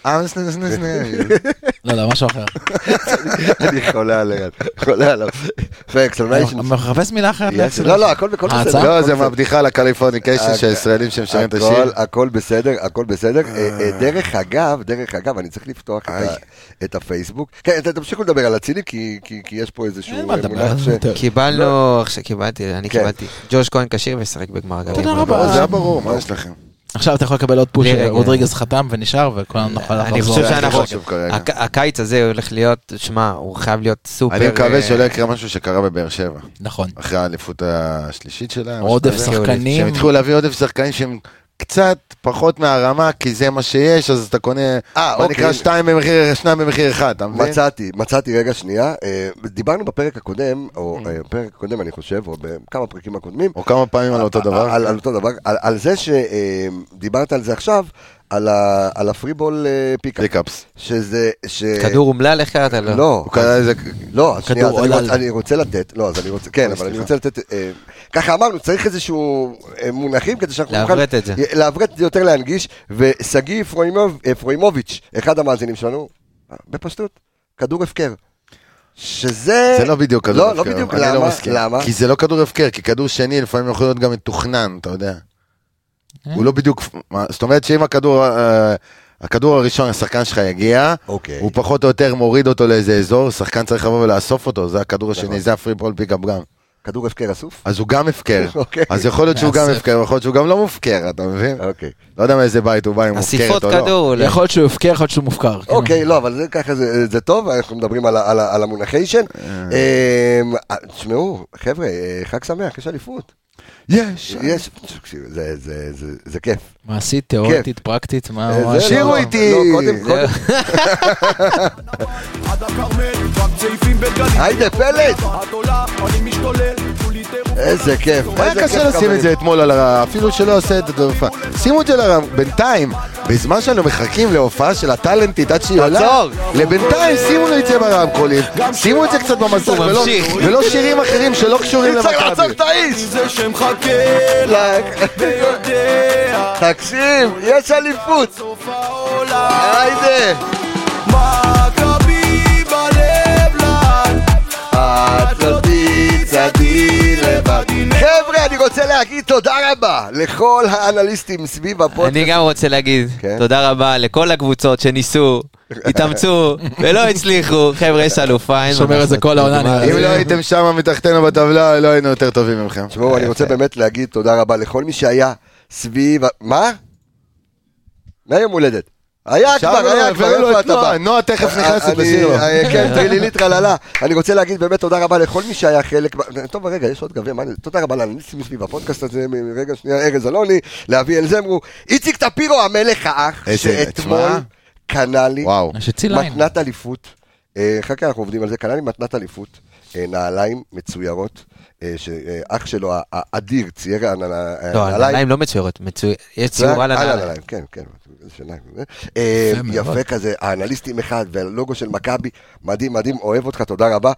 לא, משהו אחר. אני חולה עליו. ואקסלריישן. מחפש מילה אחרת לא, הכל בסדר. לא, זה מהבדיחה על הקליפורניקיישן של ישראלים שמשרים את השיר. הכל בסדר. דרך אגב, אני צריך לפתוח את הפייסבוק. כן, תמשיכו לדבר על אצילי, כי יש פה איזשהו מונח קיבלתי, ג'וש כהן כשיר וישחק בגמר הגביע. תודה רבה. זה היה ברור, מה יש לכם? עכשיו אתה יכול לקבל עוד פוש, רודריגז חתם ונשאר, וכולנו נוכל לחזור. אני חושב שאנחנו, הקיץ הזה הולך להיות, שמע, הוא חייב להיות סופר. אני מקווה שלא יקרה משהו שקרה בבאר שבע. נכון. אחרי האליפות השלישית שלהם. עודף שחקנים. שהם התחילו להביא עודף שחקנים שהם קצת פחות מהרמה, כי זה מה שיש, אז אתה קונה, בוא נקרא שניים במחיר אחד, אתה מבין? מצאתי רגע שנייה, דיברנו בפרק הקודם, או בפרק הקודם אני חושב, או בכמה פרקים הקודמים, או כמה פעמים על אותו דבר, על אותו דבר, על זה שדיברת על זה עכשיו, על הפריבול פיקאפס. שזה... כדור אומלל, איך קראת לו? לא, אני רוצה לתת, כן, אבל אני רוצה לתת, ככה אמרנו, צריך איזשהו מונחים כדי שאנחנו לעברת את זה. לעברת את זה יותר להנגיש, וסגי פרוימוביץ', אחד המאזינים שלנו, בפשטות, כדור הפקר. שזה... זה לא בדיוק כדור הפקר. לא בדיוק, למה? כי זה לא כדור הפקר, כי כדור שני לפעמים יכול להיות גם מתוכנן, אתה יודע. הוא לא בדיוק, זאת אומרת שאם הכדור הראשון, השחקן שלך יגיע, הוא פחות או יותר מוריד אותו לאיזה אזור, שחקן צריך לבוא ולאסוף אותו, זה הכדור השני, זה הפרי בול פיקאפ גם. כדור הפקר אסוף? אז הוא גם הפקר, אז יכול להיות שהוא גם הפקר, יכול להיות שהוא גם לא מופקר, אתה מבין? לא יודע מאיזה בית הוא בא, אם מופקרת או לא. יכול להיות שהוא הפקר, יכול להיות שהוא מופקר. אוקיי, לא, אבל ככה זה טוב, אנחנו מדברים על המונחיישן. תשמעו, חבר'ה, חג שמח, יש אליפות. יש, זה כיף. מעשית, תיאורטית, פרקטית, מה... שירו איתי! היידה פלט! איזה כיף. היה קשה לשים את זה אתמול על הרע, אפילו שלא עושה את הדרפה. שימו את זה על הרע, בינתיים, בזמן שאנו מחכים להופעה של הטלנטית עד שהיא עולה, לבינתיים שימו לו את זה ברמקולים, שימו את זה קצת במסך ולא שירים אחרים שלא קשורים למכבי. צריך לעצור את האיש! זה שמחכה לך ויודע תקשיב, יש אליפות! סוף העולם היידה! מכבי בלב לן את לא תצעדי לבדי. חבר'ה, אני רוצה להגיד תודה רבה לכל האנליסטים סביב הפודקאסט. אני גם רוצה להגיד תודה רבה לכל הקבוצות שניסו, התאמצו ולא הצליחו. חבר'ה, יש אלופה. שומר את זה כל העונה. אם לא הייתם שם מתחתנו בטבלה, לא היינו יותר טובים ממכם. תשמעו, אני רוצה באמת להגיד תודה רבה לכל מי שהיה סביב... מה? מה יום הולדת? היה כבר, איפה אתה בא? נועה תכף נכנסת בשיר לו. כן, תהילי ליטרללה. אני רוצה להגיד באמת תודה רבה לכל מי שהיה חלק... טוב, רגע, יש עוד גבי, תודה רבה לאנליסטים סביב הפודקאסט הזה, רגע שנייה, ארז אלוני, להביא אל זמרו, איציק טפירו, המלך האח, שאתמול קנה לי מתנת אליפות, אחר כך אנחנו עובדים על זה, קנה לי מתנת אליפות, נעליים מצוירות, שאח שלו האדיר צייר לא, הנעליים לא מצוירות, יש ציור על הנעליים. כן, כן, יפה כזה, האנליסטים אחד והלוגו של מכבי, מדהים, מדהים, אוהב אותך, תודה רבה.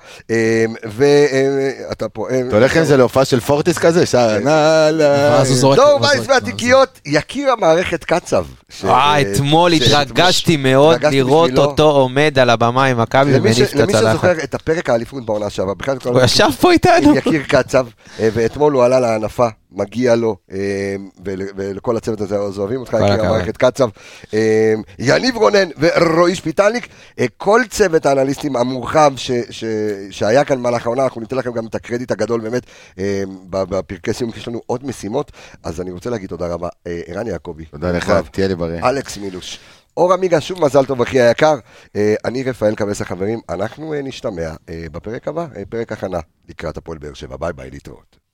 ואתה פה... אתה הולך עם זה להופעה של פורטיס כזה? דור וייס והתיקיות, יקיר המערכת קצב. אתמול התרגשתי מאוד לראות אותו עומד על הבמה עם מכבי ומניף את הצלחת. למי שזוכר את הפרק האליפות בעונה שעברה, הוא ישב פה איתנו. יקיר קצב, ואתמול הוא עלה לענפה, מגיע לו, ולכל הצוות הזה אוהבים אותך, יקיר המערכת קצב, יניב רונן ורועי שפיטלניק, כל צוות האנליסטים המורחב שהיה כאן במהלך העונה, אנחנו ניתן לכם גם את הקרדיט הגדול באמת, בפרקי סיום, כי יש לנו עוד משימות, אז אני רוצה להגיד תודה רבה, ערן יעקבי. תודה לך, תהיה לי בריא. אלכס מילוש. אור עמיגה, שוב מזל טוב אחי היקר, אני רפאל קבס החברים, אנחנו נשתמע בפרק הבא, פרק הכנה לקראת הפועל באר שבע, ביי ביי, להתראות.